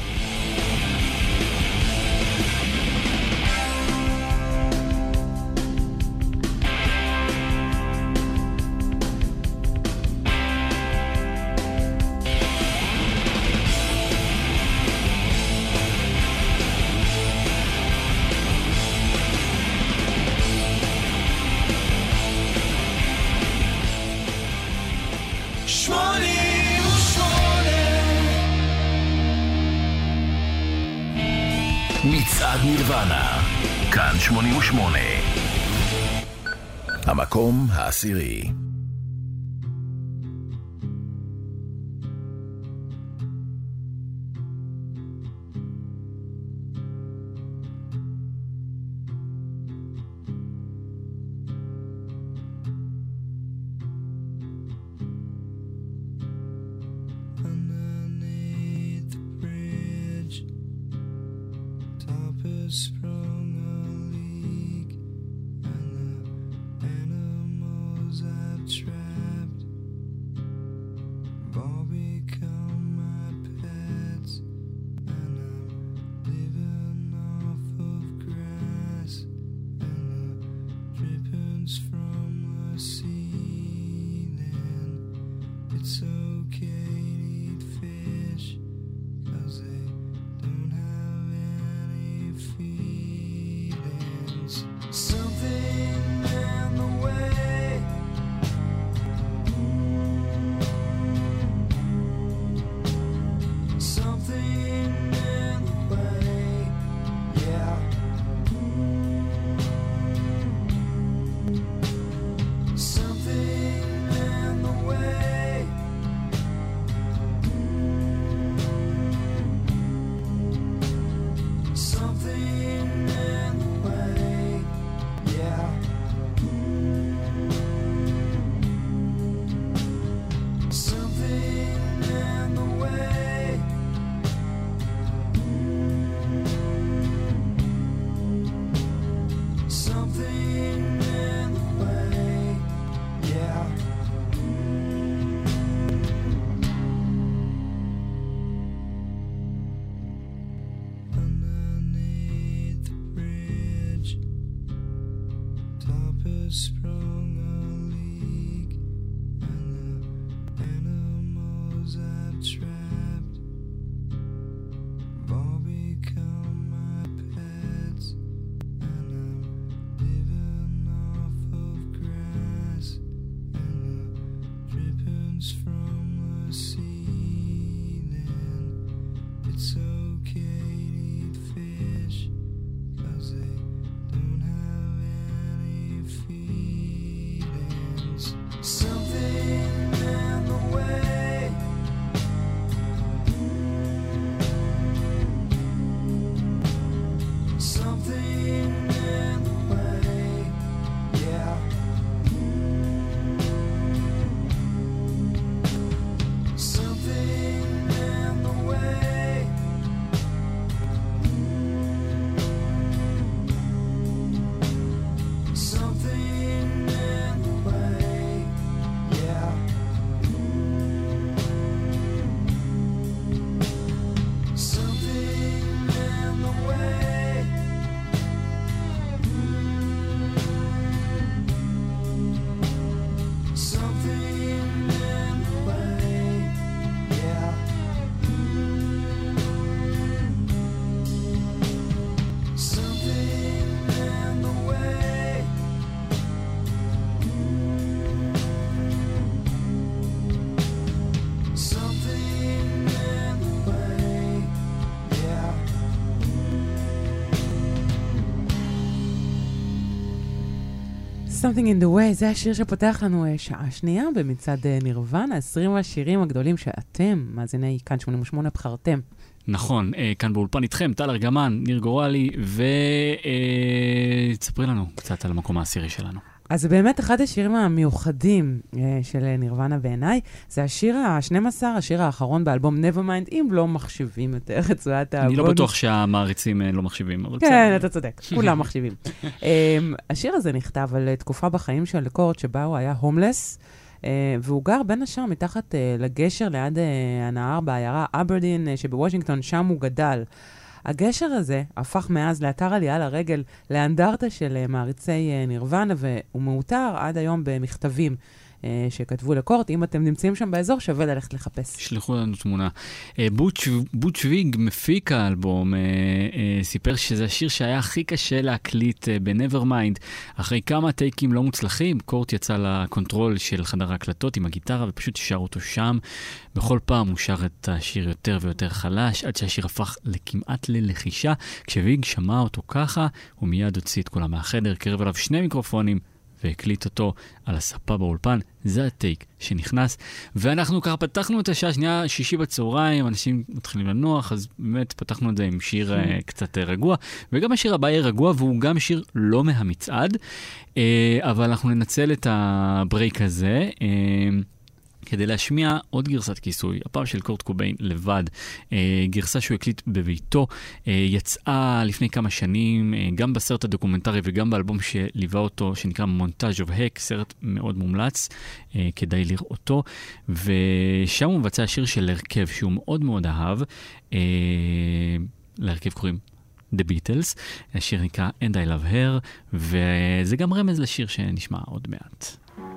מצעד נירוונה, כאן 88. המקום העשירי. Sprung a leak, and the animals I've trapped have all become my pets, and I'm living off of grass and the drippings from the ceiling. It's okay to eat fish, 'cause they don't have any feelings. Something in the way, something in the way, yeah. Something in the way. Something in the way, yeah. Something in the way. Something in the way, yeah. Underneath the bridge, top has sprung a leak, and the animals I've trapped have all become my pets, and I'm living off of grass and the drippings from the ceiling. It's okay to eat fish, 'cause they don't have any feelings. Something in the way. Something in the way, זה השיר שפותח לנו שעה שנייה במצעד נירוונה, 20 השירים הגדולים שאתם, מאזיני כאן 88, בחרתם. נכון, כאן באולפן איתכם, טל ארגמן, ניר גורלי, ותספרי לנו קצת על המקום העשירי שלנו. אז באמת אחד השירים המיוחדים של נירוונה בעיניי, זה השיר ה-12, השיר האחרון באלבום Nevermind, אם לא מחשיבים את רצועת הבונוס. אני לא בטוח שהמעריצים לא מחשיבים, אבל כן, אתה צודק, כולם מחשיבים. השיר הזה נכתב על תקופה בחיים של קורט שבה הוא היה הומלס, והוא גר בין השאר מתחת לגשר ליד הנהר בעיירה אברדין שבוושינגטון, שם הוא גדל. הגשר הזה הפך מאז לאתר עלייה לרגל לאנדרטה של מעריצי נירוונה, והוא מאותר עד היום במכתבים שכתבו לקורט. אם אתם נמצאים שם באזור, שווה ללכת לחפש. שלחו לנו תמונה. בוטש ויג, מפיק האלבום, סיפר שזה השיר שהיה הכי קשה להקליט ב-Nevermind. אחרי כמה טייקים לא מוצלחים, קורט יצא לקונטרול של חדר ההקלטות עם הגיטרה, ופשוט שר אותו שם. בכל פעם הוא שר את השיר יותר ויותר חלש, עד שהשיר הפך לכמעט ללחישה. כשוויג שמע אותו ככה, הוא מיד הוציא את כולם מהחדר, קרב עליו 2 מיקרופונים, והקליט אותו על הספה באולפן. זה הטייק שנכנס, ואנחנו ככה פתחנו את השעה שנייה, 6 בצהריים, אנשים מתחילים לנוח, אז באמת פתחנו את זה עם שיר קצת רגוע, וגם השיר הבא יהיה רגוע, והוא גם שיר לא מהמצעד, אבל אנחנו ננצל את הברייק הזה, כדי להשמיע עוד גרסת כיסוי, הפעם של קורט קוביין לבד, גרסה שהוא הקליט בביתו, יצאה לפני כמה שנים, גם בסרט הדוקומנטרי וגם באלבום שליווה אותו, שנקרא Montage of Heck, סרט מאוד מומלץ, כדאי לראותו, ושם הוא מבצע שיר של הרכב שהוא מאוד מאוד אהב, להרכב קוראים The Beatles, השיר נקרא And I Love Her, וזה גם רמז לשיר שנשמע עוד מעט.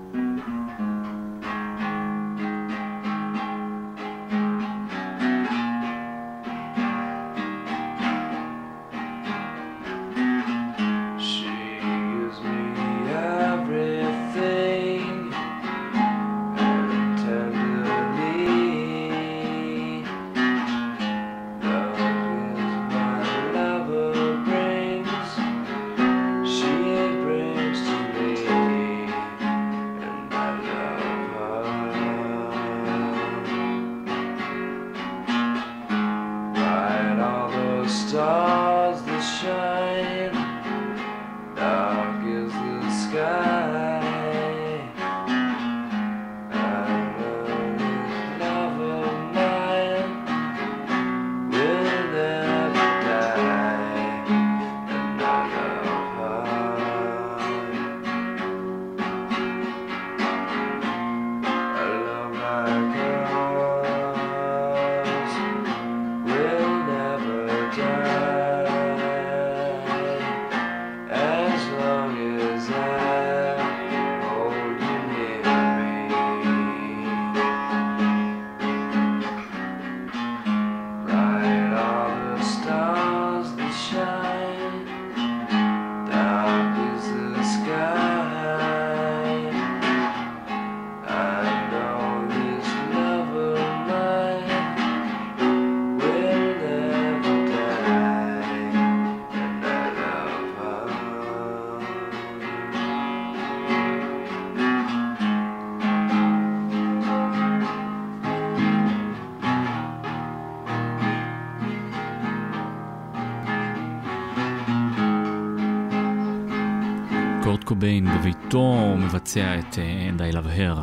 קורט קוביין בביתו מבצע את And I Love Her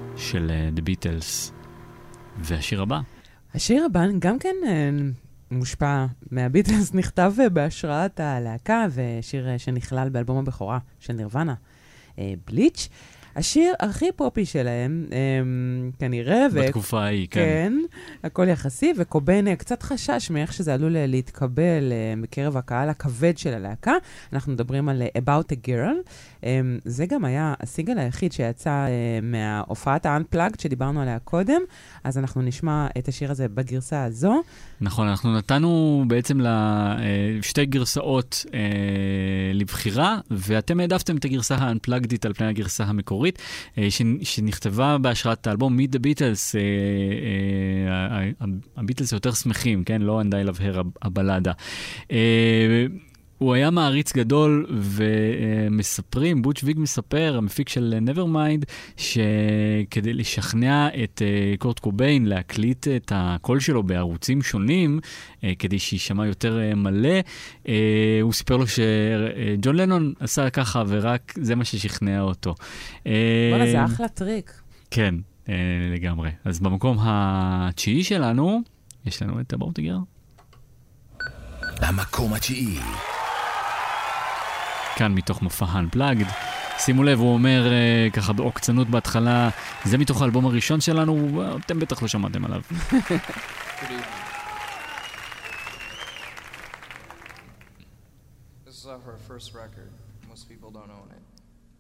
של The Beatles. והשיר הבא? השיר הבא גם כן מושפע מהביטלס, נכתב בהשראת הלהקה, ושיר שנכלל באלבום הבכורה של נירוונה, בליץ'. השיר הכי פופי שלהם, כנראה, בתקופה ההיא, כן. כן, הכל יחסי, וקוביין קצת חשש מאיך שזה עלול להתקבל בקרב הקהל הכבד של הלהקה. אנחנו מדברים על About a Girl. זה גם היה הסינגל היחיד שיצא מההופעת ה-Unplugged שדיברנו עליה קודם, אז אנחנו נשמע את השיר הזה בגרסה הזו. נכון, אנחנו נתנו בעצם לשתי גרסאות לבחירה, ואתם העדפתם את הגרסה ה-Unplugged על פני הגרסה המקורית, שנכתבה בהשראת האלבום Meet the Beatles, הביטלס יותר שמחים, כן? לא And I Love Her הבלדה. הוא היה מעריץ גדול, ומספרים, בוטש ויג מספר, המפיק של Nevermind, שכדי לשכנע את קורט קוביין להקליט את הקול שלו בערוצים שונים, כדי שישמע יותר מלא, הוא סיפר לו שג'ון לנון עשה ככה, ורק זה מה ששכנע אותו. בוא'נה, זה אחלה טריק. כן, לגמרי. אז במקום התשיעי שלנו, יש לנו את באומטיגר. המקום התשיעי. כאן מתוך מופע Unplugged. שימו לב, הוא אומר ככה בעוקצנות בהתחלה, זה מתוך האלבום הראשון שלנו, אתם בטח לא שמעתם עליו. This is off our first record. Most people don't own it.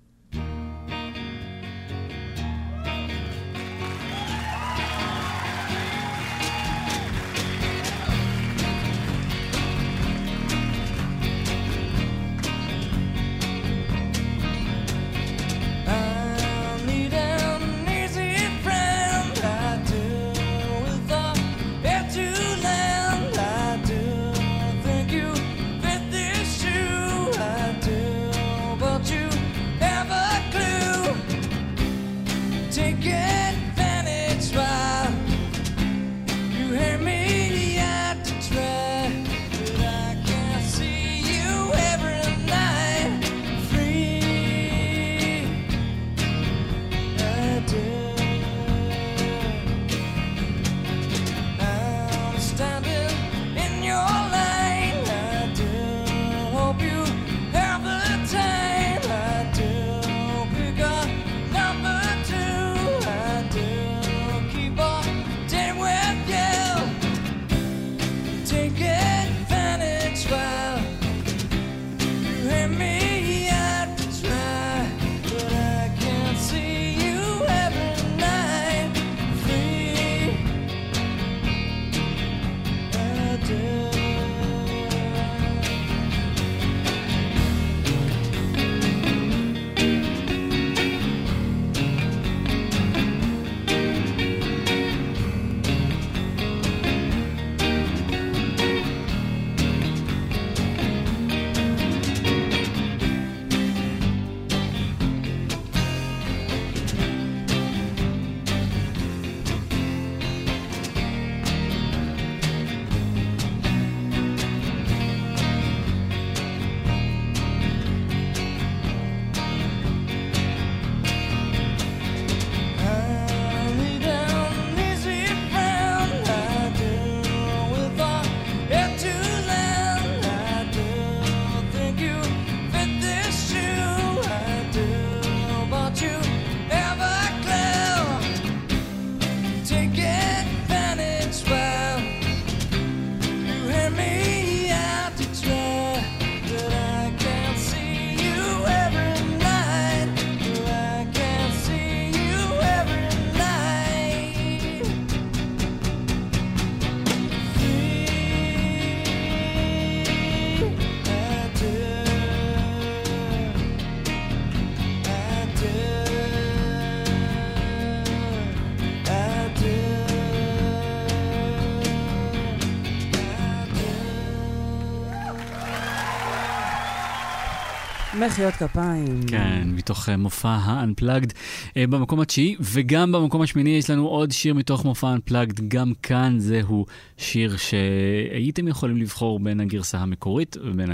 מחיאות כפיים. כן, מתוך מופע ה-Unplugged במקום התשיעי, וגם במקום השמיני יש לנו עוד שיר מתוך מופע Unplugged, גם כאן זהו שיר שהייתם יכולים לבחור בין הגרסה המקורית ובין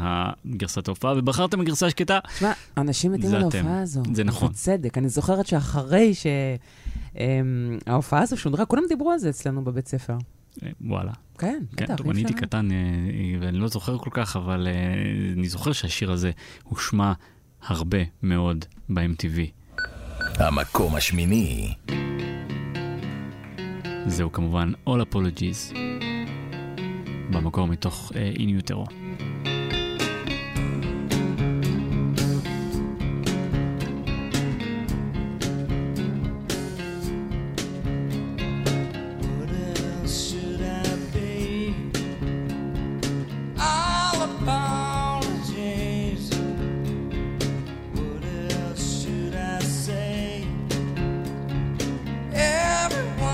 גרסת ההופעה, ובחרתם הגרסה השקטה. תשמע, אנשים מתים על ההופעה הזו. זה נכון. בצדק, אני זוכרת שאחרי שההופעה הזו שודרה, כולם דיברו על זה אצלנו בבית ספר. וואלה. כן, בטח. טוב, אני הייתי קטן, ואני לא זוכר כל כך, אבל אני זוכר שהשיר הזה הושמע הרבה מאוד ב-MTV. המקום השמיני. זהו כמובן All Apologies, במקור מתוך In Utero.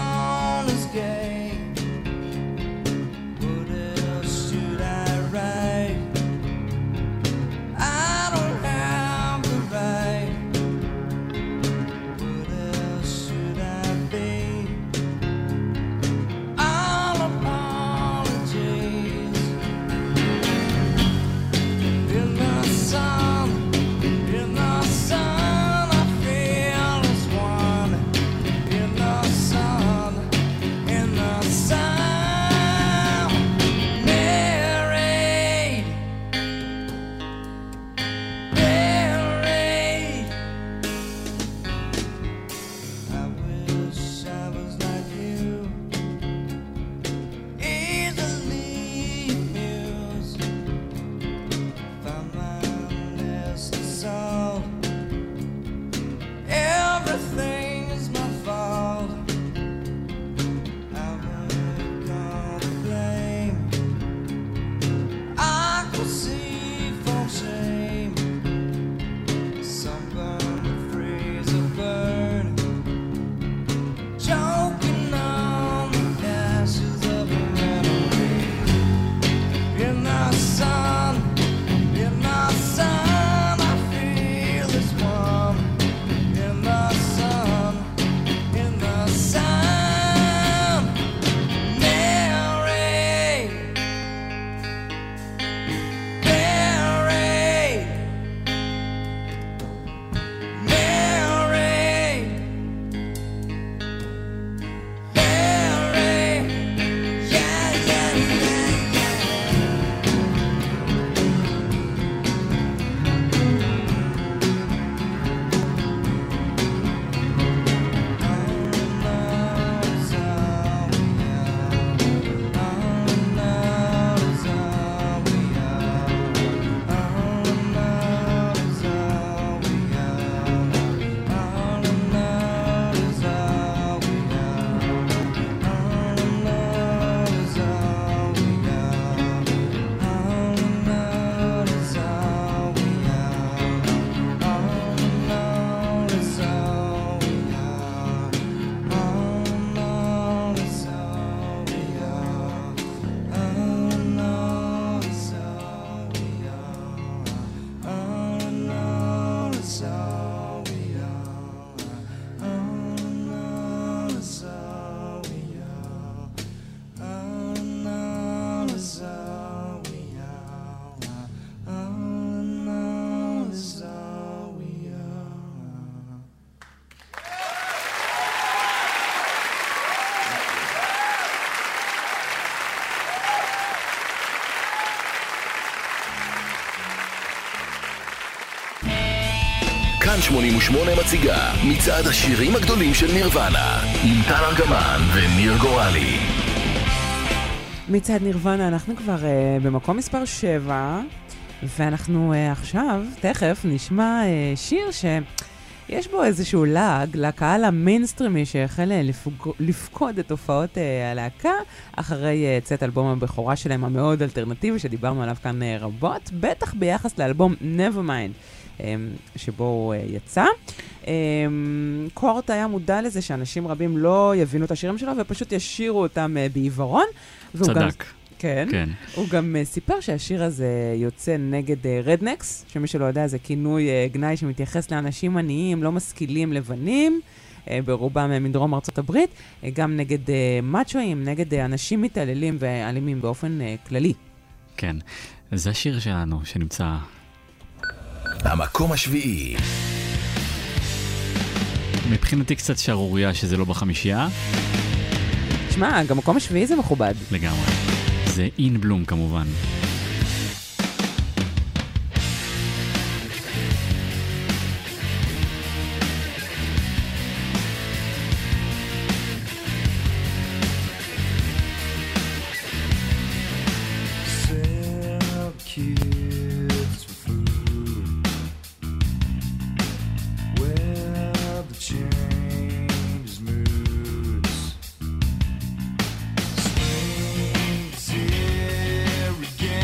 What else should I write? כאן 88 מציגה מצעד השירים הגדולים של נירוונה עם טל ארגמן וניר גורלי. מצעד נירוונה, אנחנו כבר במקום מספר 7, ואנחנו עכשיו, תכף, נשמע שיר שיש בו איזשהו לעג לקהל המיינסטרימי שהחל לפקוד את תופעות הלהקה אחרי צאת אלבום הבכורה שלהם המאוד אלטרנטיבי שדיברנו עליו כאן רבות, בטח ביחס לאלבום Nevermind שבו הוא יצא. קורט היה מודע לזה שאנשים רבים לא יבינו את השירים שלו ופשוט ישירו אותם בעיוורון. צדק. כן. הוא גם סיפר שהשיר הזה יוצא נגד רדנקס, שמי שלא יודע זה כינוי גנאי שמתייחס לאנשים עניים, לא משכילים לבנים, ברובם מדרום ארצות הברית, גם נגד מאצ'ואים, נגד אנשים מתעללים ואלימים באופן כללי. כן, זה השיר שלנו שנמצא... המקום השביעי. מבחינתי קצת שערוריה שזה לא בחמישייה. שמע, גם מקום השביעי זה מכובד. לגמרי. זה אין בלום כמובן. Again.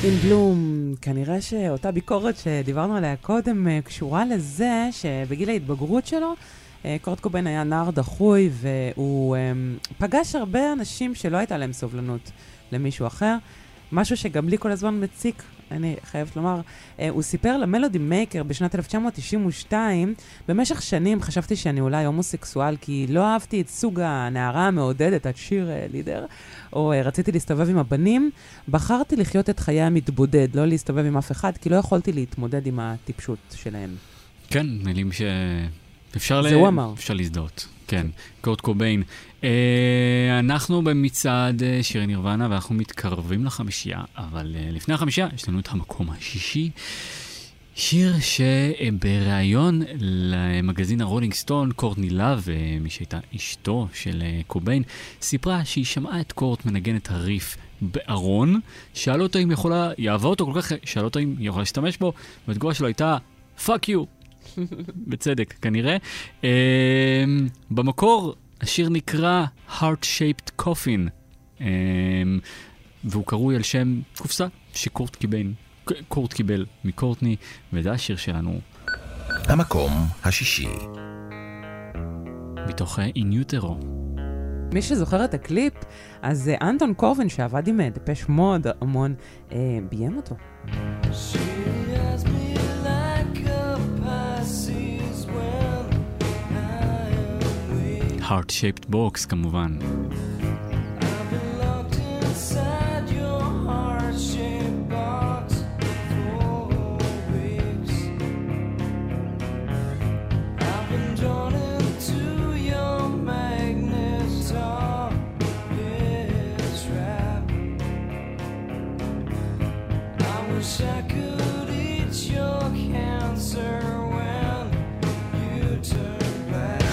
In Bloom, כנראה שאותה ביקורת שדיברנו עליה קודם קשורה לזה שבגיל ההתבגרות שלו, קורט קוביין היה נער דחוי והוא פגש הרבה אנשים שלא הייתה להם סובלנות למישהו אחר, משהו שגם לי כל הזמן מציק, אני חייבת לומר. הוא סיפר למלודי מייקר בשנת 1992, במשך שנים חשבתי שאני אולי הומוסקסואל, כי לא אהבתי את סוג הנערה המעודדת, את שיר לידר, או רציתי להסתובב עם הבנים. בחרתי לחיות את חיי המתבודד, לא להסתובב עם אף אחד, כי לא יכולתי להתמודד עם הטיפשות שלהם. כן, מילים שאפשר להזדהות. כן, קורט קוביין. אנחנו במצעד שירי נירוונה, ואנחנו מתקרבים לחמישייה, אבל לפני החמישייה יש לנו את המקום השישי. שיר שבראיון למגזין הרולינג סטון, קורטני לאב, מי שהייתה אשתו של קוביין, סיפרה שהיא שמעה את קורט מנגן את הריף בארון, שאלו אותו אם יאהבה אותו כל כך, שאלו אותו אם יכולה להשתמש בו, והתגובה שלו הייתה, fuck you. בצדק, כנראה. במקור, השיר נקרא Heart-Shaped Coffin, והוא קרוי על שם קופסה שקורט קיבל מקורטני, וזה השיר שלנו. המקום השישי. מתוך In Utero. מי שזוכר את הקליפ, אז אנטון קורבין שעבד עם דפש מוד המון, ביים אותו. Heart-Shaped Box, כמובן. I could eat your cancer when you turn back.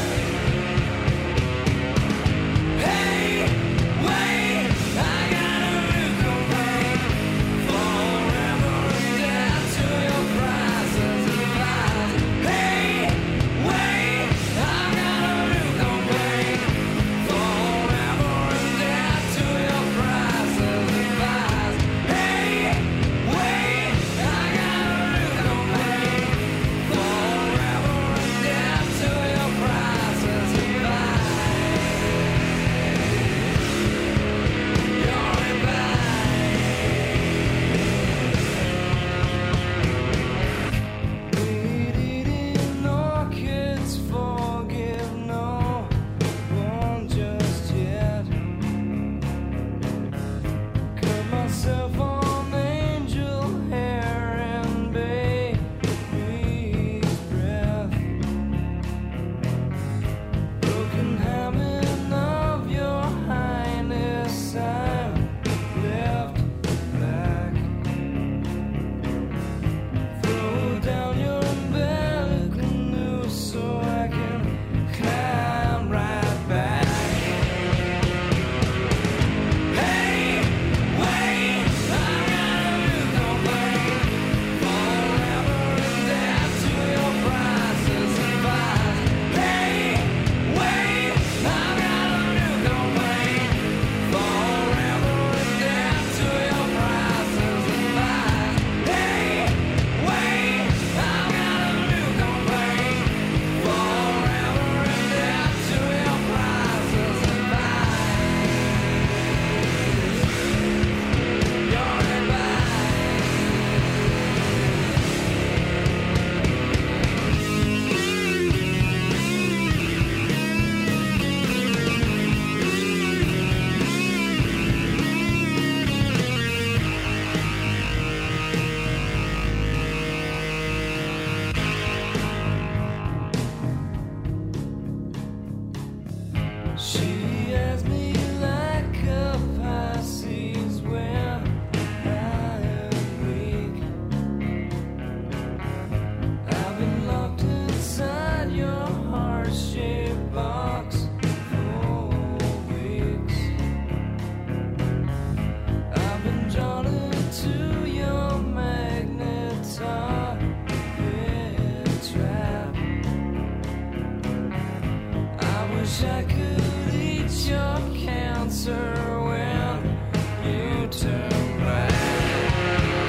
Hey, wait, I got a new complaint. Forever dead to your prices and lies. Hey, wait, I got a new complaint. Forever dead to your prices and lies. Hey, wait, I got a new complaint. Forever dead to your prices and lies. You're in Eating orchids, forgive no one just yet. Cut myself on angel hair and baby's breath. Broken habit of your highness, I'm left back. Throw down your umbilical noose so I can climb right back. Hey, wait, I got a new complaint. Forever dead to your prices and lies. Hey, wait, I got a new complaint. Forever dead to your prices and lies. Hey, wait, I got a new complaint. Forever dead to your prices and lies. You're in She has me like a Pisces when I am weak. I've been locked inside your heart-shaped box for weeks. I've been drawn into your magnetic trap. I wish I could eat your cancer when you turn back.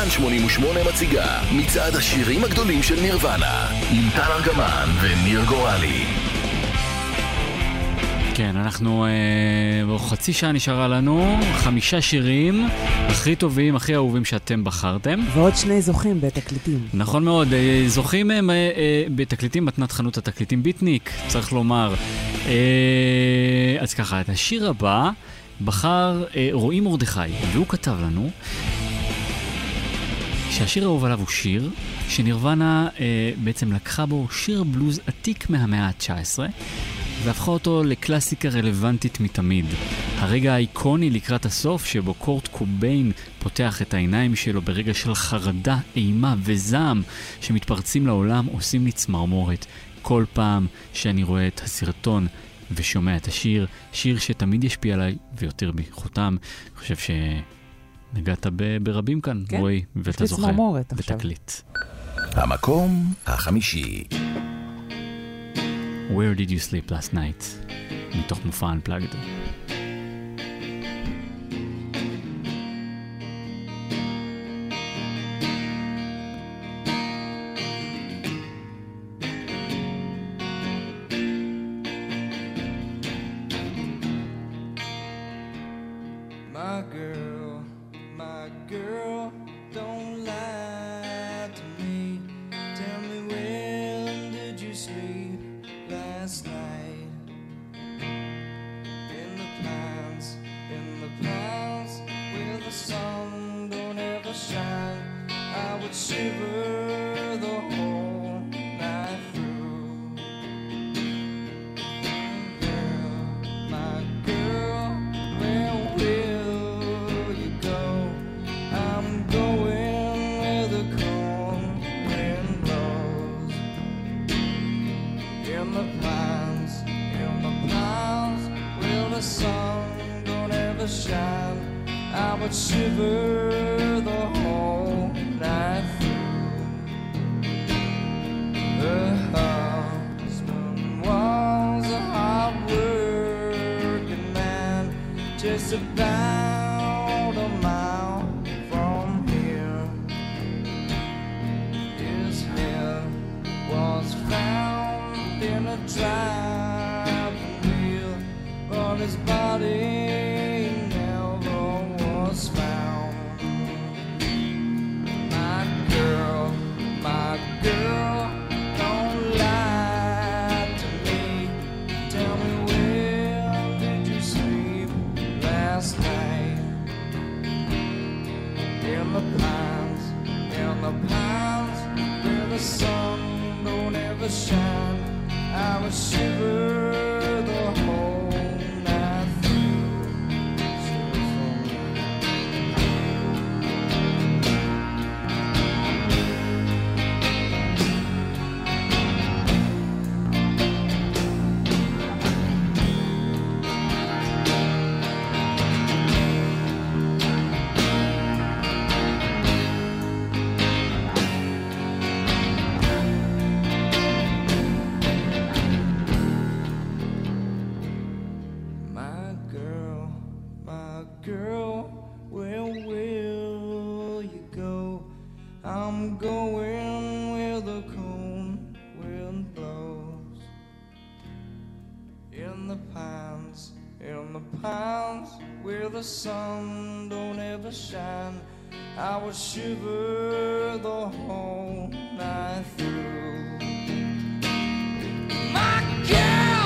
כאן 88 מציגה מצעד השירים הגדולים של נירוונה עם טל ארגמן וניר גורלי. כן, אנחנו חצי שעה נשארה לנו, 5 שירים הכי טובים, הכי אהובים שאתם בחרתם. ועוד 2 זוכים בתקליטים. נכון מאוד, זוכים הם בתקליטים, מתנת חנות התקליטים ביטניק, צריך לומר. אז ככה, את השיר הבא בחר רועי מרדכי, והוא כתב לנו שהשיר האהוב עליו הוא שיר שנירוונה בעצם לקחה בו שיר בלוז עתיק מהמאה ה-19, והפכה אותו לקלאסיקה רלוונטית מתמיד. הרגע האיקוני לקראת הסוף שבו קורט קוביין פותח את העיניים שלו ברגע של חרדה, אימה וזעם שמתפרצים לעולם עושים לי צמרמורת. כל פעם שאני רואה את הסרטון ושומע את השיר, שיר שתמיד ישפיע עליי ויותר בחותם. אני חושב שנגעת ברבים כאן, כן, רואי, ואתה זוכה בתקליט. המקום החמישי. Where did you sleep last night? מתוך מופע Unplugged. My girl, don't lie to me. Tell me, when did you sleep last night? In the pines where the sun don't ever shine, I would shiver the whole night through. Girl, my girl, where will you go? I'm going where the cold wind blows. In the pines where the sun don't ever shine, I would shiver the whole night through. Her husband was a hard-working man, just about a mile from here. His head was found in a driving wheel, but his body never was found. My girl, don't lie to me. Tell me, where did you sleep last night? In the pines where the sun don't ever shine, I would shiver the whole night through. My girl, where will you go? I'm going where the cold wind blows. In the pines where the sun don't ever shine, I will shiver the whole night through. My girl,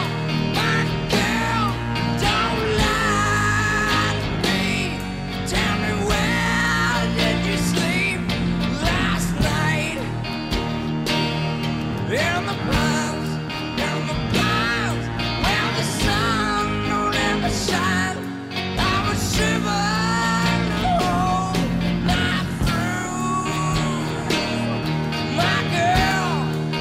don't lie to me. Tell me, where did you sleep last night? In the pines where the sun don't ever shine, I would shiver the whole night through. My girl,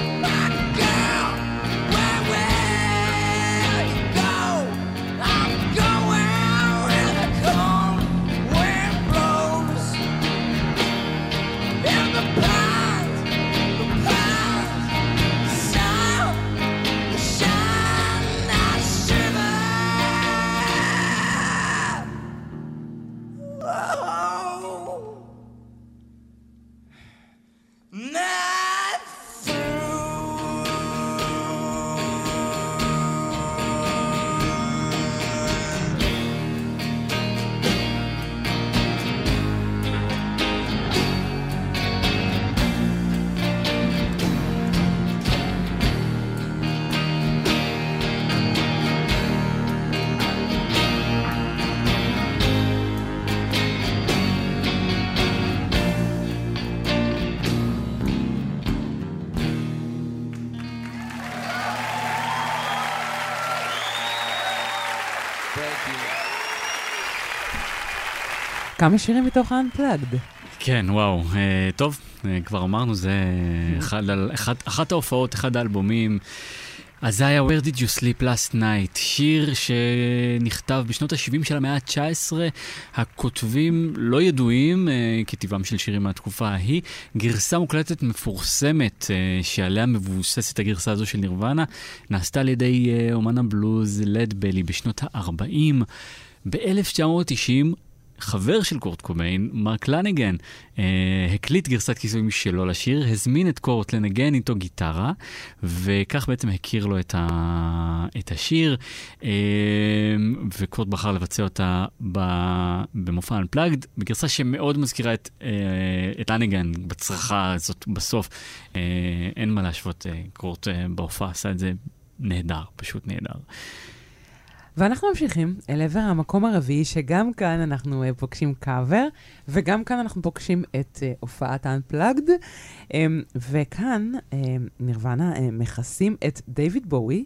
כמה שירים מתוך Unplugged. כן, וואו. טוב, כבר אמרנו, זה אחת ההופעות, אחד האלבומים. אז זה היה Where Did You Sleep Last Night, שיר שנכתב בשנות ה-70 של המאה ה-19, הכותבים לא ידועים, כטבעם של שירים מהתקופה ההיא, גרסה מוקלטת מפורסמת שעליה מבוססת הגרסה הזו של נירוונה, נעשתה על ידי אומן הבלוז לד בלי בשנות ה-40. ב-1990, חבר של קורט קוביין, מרק לניגן, הקליט גרסת כיסויים שלו לשיר, הזמין את קורט לנגן איתו גיטרה, וכך בעצם הכיר לו את השיר, וקורט בחר לבצע אותה במופע Unplugged, בגרסה שמאוד מזכירה את לניגן בצרחה הזאת בסוף. אין מה להשוות, קורט בהופעה עשה את זה נהדר, פשוט נהדר. ואנחנו ממשיכים אל עבר המקום הרביעי, שגם כאן אנחנו פוגשים קאבר, וגם כאן אנחנו פוגשים את הופעת Unplugged, וכאן נירוונה מכסים את דיוויד בואי.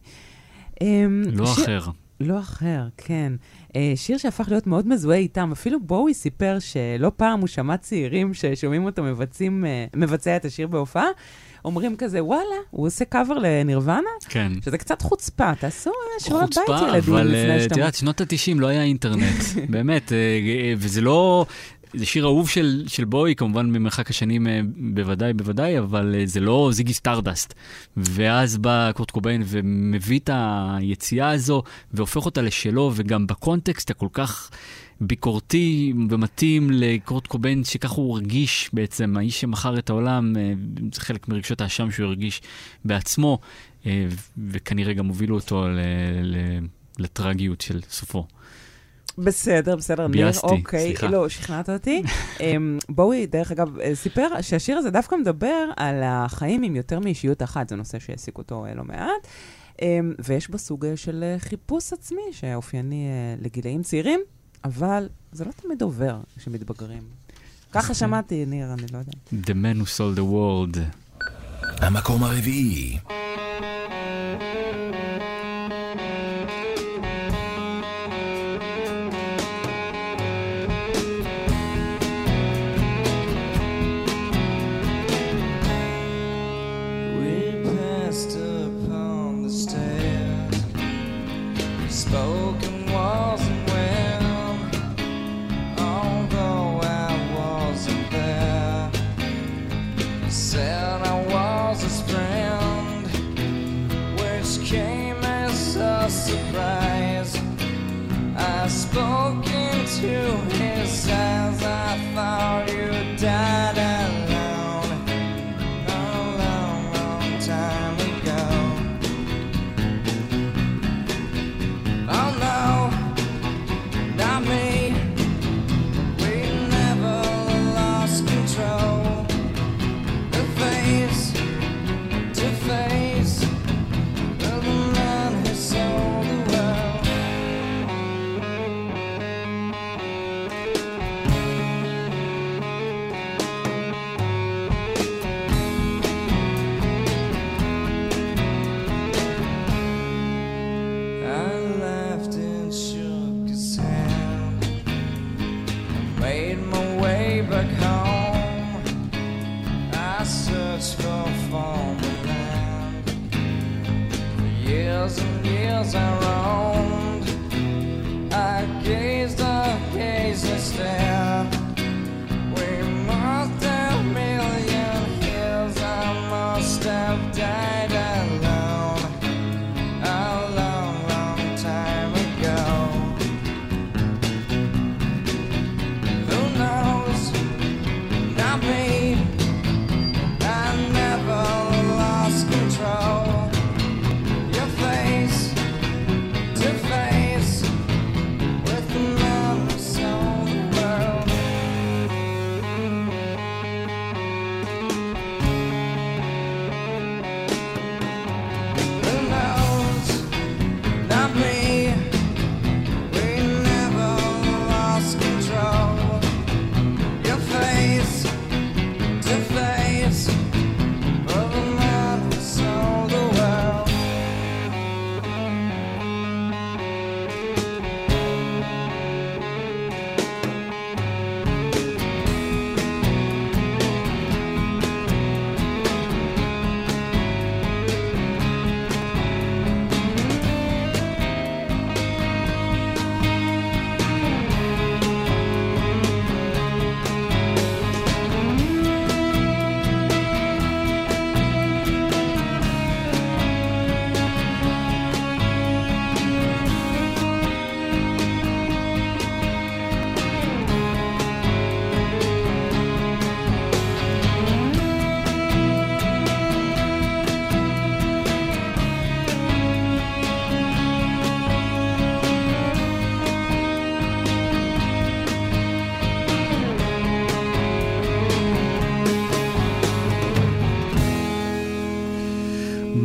לא אחר. לא אחר, כן. שיר שהפך להיות מאוד מזוהה איתם. אפילו בואי סיפר שלא פעם הוא שמע צעירים ששומעים אותו מבצע את השיר בהופעה, אומרים כזה, וואלה, הוא עושה קאבר לנירוונה? כן. שזה קצת חוצפה, תעשו שיעורי בית ילדים לפני שאתה... אבל תראה, שנות ה-90 לא היה אינטרנט, באמת, וזה לא... זה שיר אהוב של בואי, כמובן במרחק השנים בוודאי, אבל זה לא זיגי סטארדסט. ואז בא קורט קוביין ומביא את היציאה הזו, והופך אותה לשלו, וגם בקונטקסט הכל כך ביקורתי ומתאים לקורט קוביין, שכך הוא הרגיש בעצם, האיש שמחר את העולם, זה חלק מרגשות האשם שהוא הרגיש בעצמו, וכנראה גם הובילו אותו לטרגיות של סופו. בסדר, ניר, אוקיי, סליחה. לא, שכנעת אותי. בואי, דרך אגב, סיפר שהשיר הזה דווקא מדבר על החיים עם יותר מאישיות אחת, זה נושא שהעסיק אותו לא מעט, ויש בו סוג של חיפוש עצמי שאופייני לגילאים צעירים, אבל זה לא תמיד עובר כשמתבגרים. ככה שמעתי, ניר, אני לא יודע. The man who sold the world. המקום הרביעי.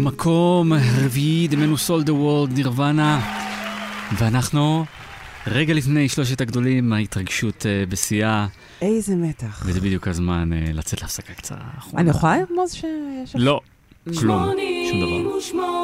מקום רביעי, The Man Who Sold the World, נירוונה. ואנחנו רגע לפני שלושת הגדולים, ההתרגשות בשיאה. איזה מתח. וזה בדיוק הזמן לצאת להפסקה קצרה. אני יכולה לרמוז שיש... לא, כלום, שום דבר.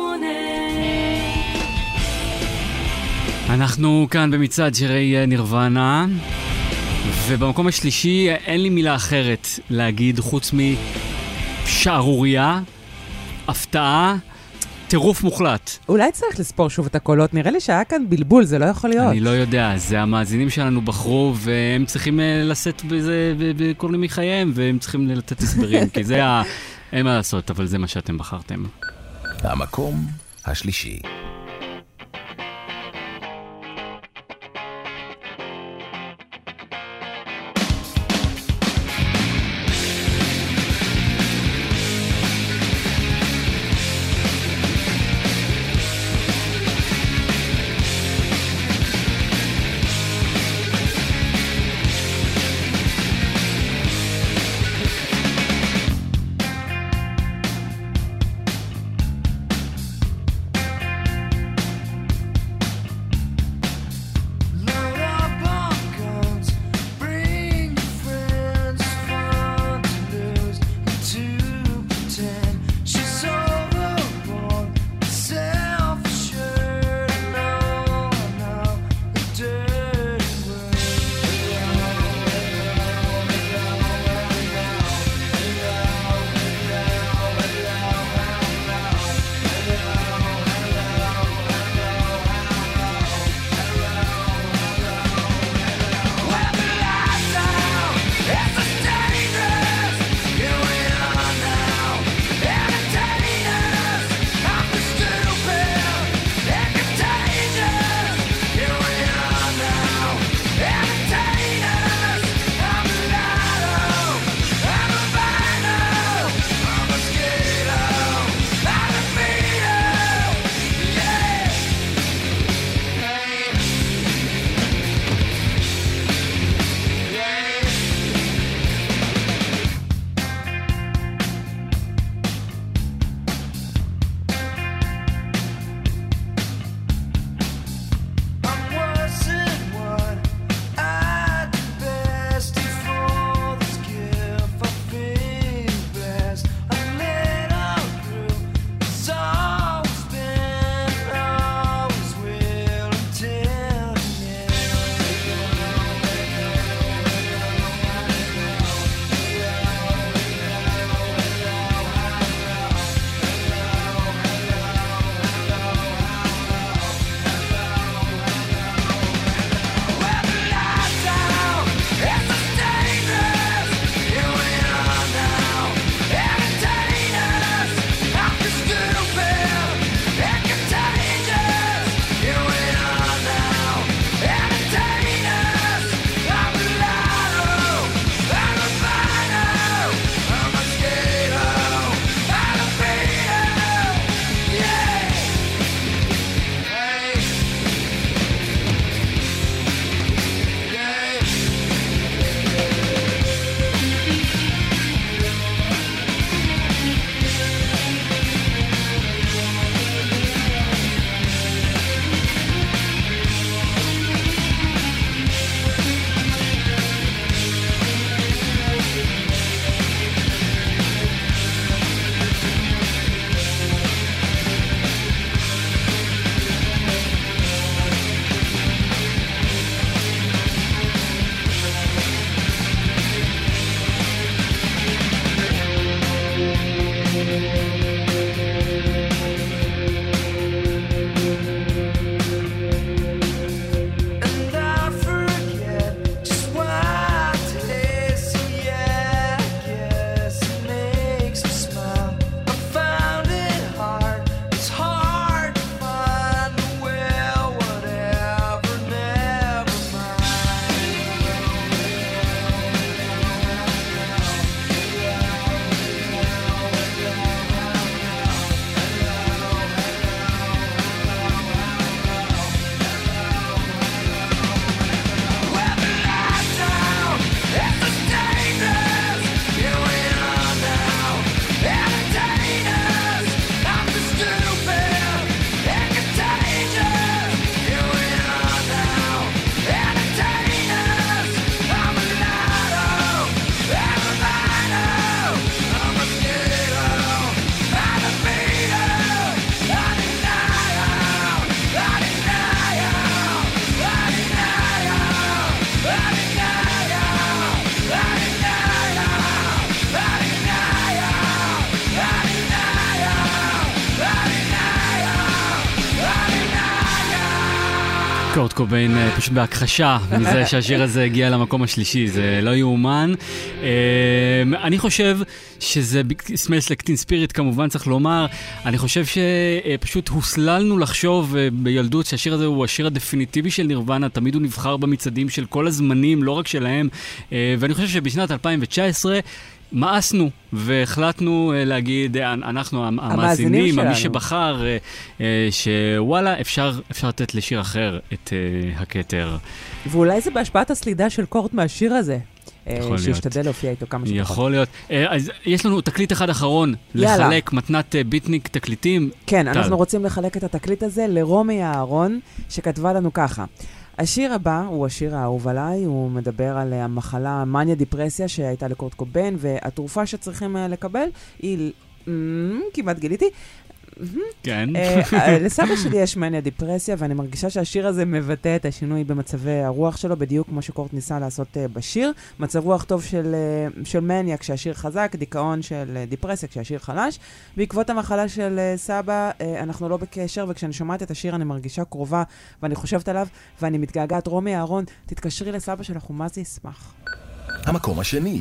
אנחנו כאן במצעד שירי נירוונה, ובמקום השלישי אין לי מילה אחרת להגיד חוץ משערוריה, הפתעה, טירוף מוחלט. אולי צריך לספור שוב את הקולות, נראה לי שהיה כאן בלבול, זה לא יכול להיות. אני לא יודע, זה המאזינים שלנו בחרו, והם צריכים לשאת בזה בכל ימי חייהם, והם צריכים לתת הסברים, כי זה אין מה לעשות, אבל זה מה שאתם בחרתם. המקום השלישי. קורט קוביין פשוט בהכחשה מזה שהשיר הזה הגיע למקום השלישי, זה לא יאומן. אני חושב שזה Smells Like Teen Spirit, כמובן צריך לומר, אני חושב שפשוט הוסללנו לחשוב בילדות שהשיר הזה הוא השיר הדפיניטיבי של נירוונה, תמיד הוא נבחר במצעדים של כל הזמנים, לא רק שלהם, ואני חושב שבשנת 2019 מאסנו והחלטנו להגיד, אנחנו המאזינים, מי שבחר, שוואלה, אפשר לתת לשיר אחר את הכתר. ואולי זה בהשפעת הסלידה של קורט מהשיר הזה. שישתדל להופיע איתו כמה שפחות. יכול להיות. אז יש לנו תקליט אחד אחרון, לחלק מתנת ביטניק תקליטים. כן, אנחנו רוצים לחלק את התקליט הזה לרומי אהרון, שכתבה לנו ככה. השיר הבא הוא השיר האהוב עליי, הוא מדבר על המחלה מניה דיפרסיה שהייתה לקורט קוביין, והתרופה שצריכים לקבל היא, כמעט גיליתי, כן. לסבא שלי יש מניה דיפרסיה, ואני מרגישה שהשיר הזה מבטא את השינוי במצבי הרוח שלו, בדיוק כמו שקורט ניסה לעשות בשיר. מצב רוח טוב של מניה כשהשיר חזק, דיכאון של דיפרסיה כשהשיר חלש. בעקבות המחלה של סבא, אנחנו לא בקשר, וכשאני שומעת את השיר אני מרגישה קרובה, ואני חושבת עליו, ואני מתגעגעת. רומי אהרון, תתקשרי לסבא שלך, ומה זה ישמח. המקום השני.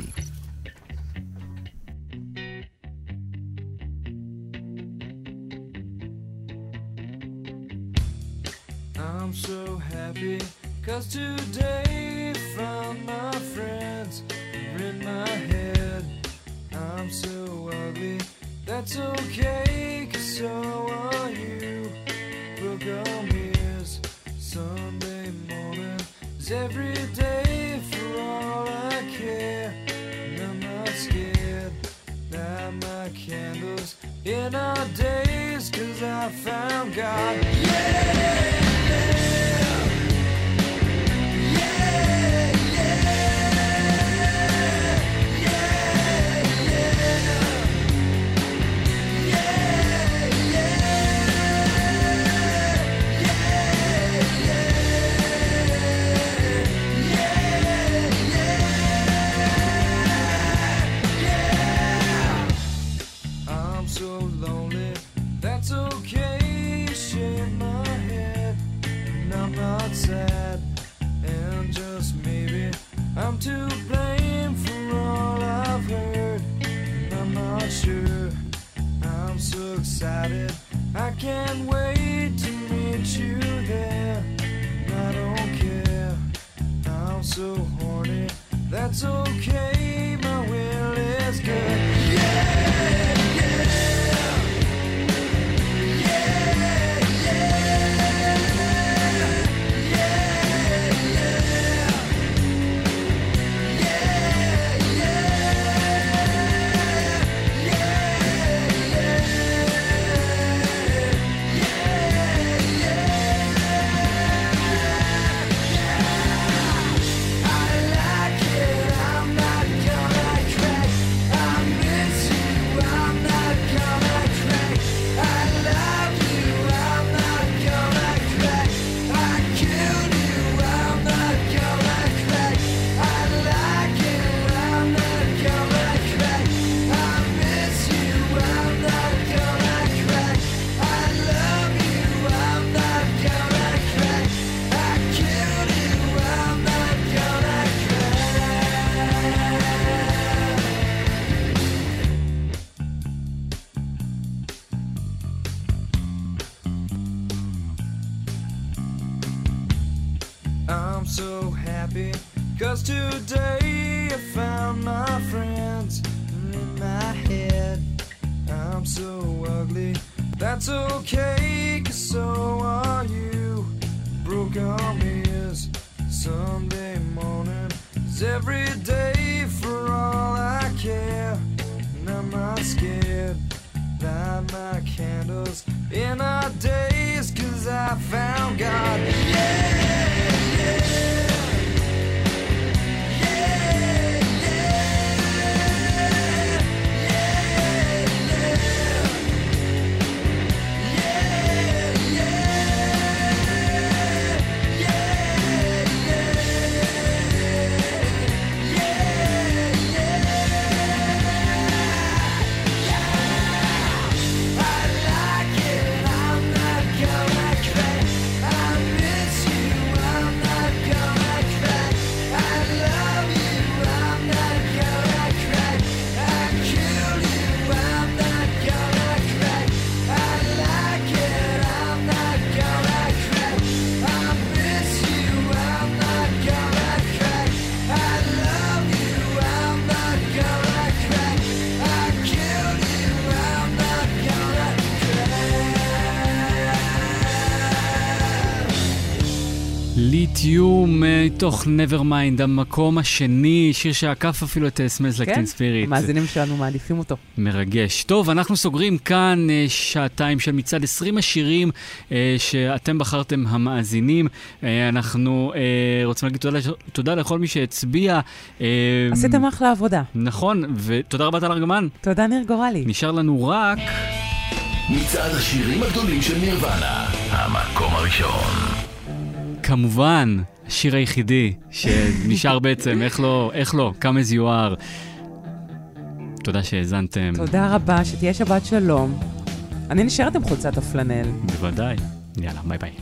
I'm so happy, 'cause today found my friends are in my head. I'm so ugly, that's okay, 'cause so are you. Book on mirrors, Sunday morning is every day for all I care. And I'm not scared, light my candles in our days, 'cause I found God. Yeah! Sad, and just maybe I'm to blame for all I've heard. I'm not sure. I'm so excited, I can't wait to meet you there. I don't care, I'm so horny, that's okay, my will is good. Yeah, yeah. Cause today I found my friends in my head. I'm so ugly, that's okay, 'cause so are you. Broke arm is Sunday morning is every day for all I care. And I'm not scared, light my candles in our days, 'cause I found God. Yeah, yeah. I like it, I'm not gonna crack. I miss you. Meet You מתוך Nevermind, המקום השני, שיר שעקף אפילו את Smells Like Teen Spirit. המאזינים שלנו מעדיפים אותו. מרגש. טוב, אנחנו סוגרים כאן שעתיים של מצעד 20 השירים שאתם בחרתם המאזינים. אנחנו רוצים להגיד תודה לכל מי שהצביע. עשיתם אחלה עבודה. נכון, ותודה רבה טל ארגמן. תודה ניר גורלי. נשאר לנו רק... מצעד השירים הגדולים של נירוונה, המקום הראשון. כמובן, השיר היחידי שנשאר בעצם, איך לא, Come As You Are. תודה שהאזנתם. תודה רבה, שתהיה שבת שלום. אני נשארת עם חולצת הפלנל. בוודאי. יאללה, ביי ביי.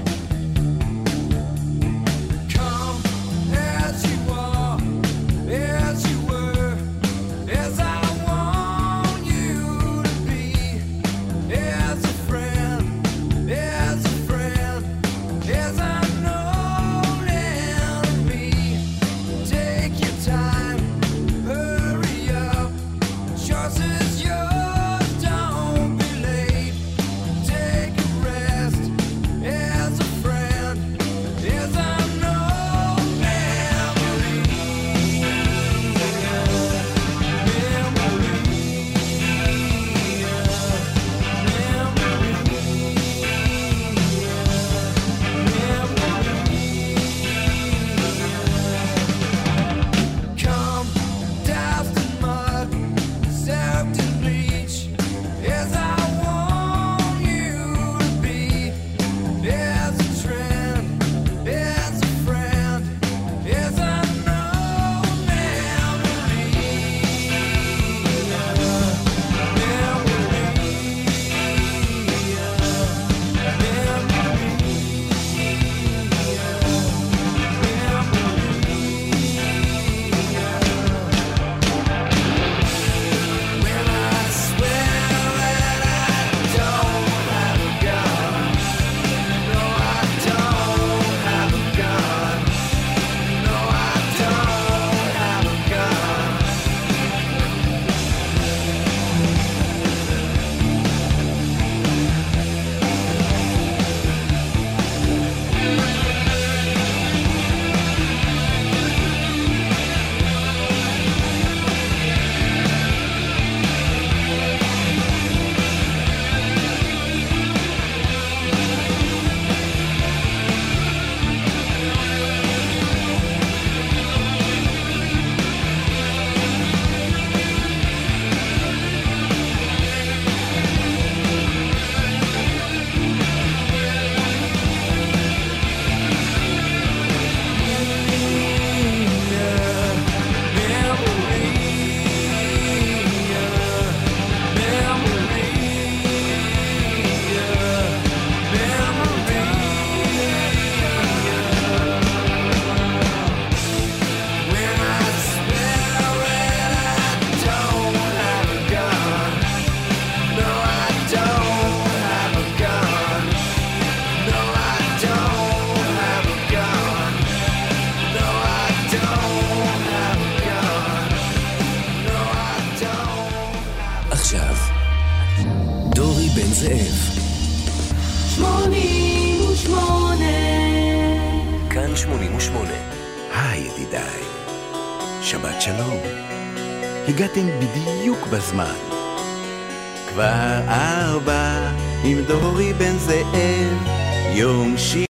זאב. 88 כאן 88. היי ידידיי, שבת שלום. הגעתם בדיוק בזמן. כבר 4 עם דורי בן זאב.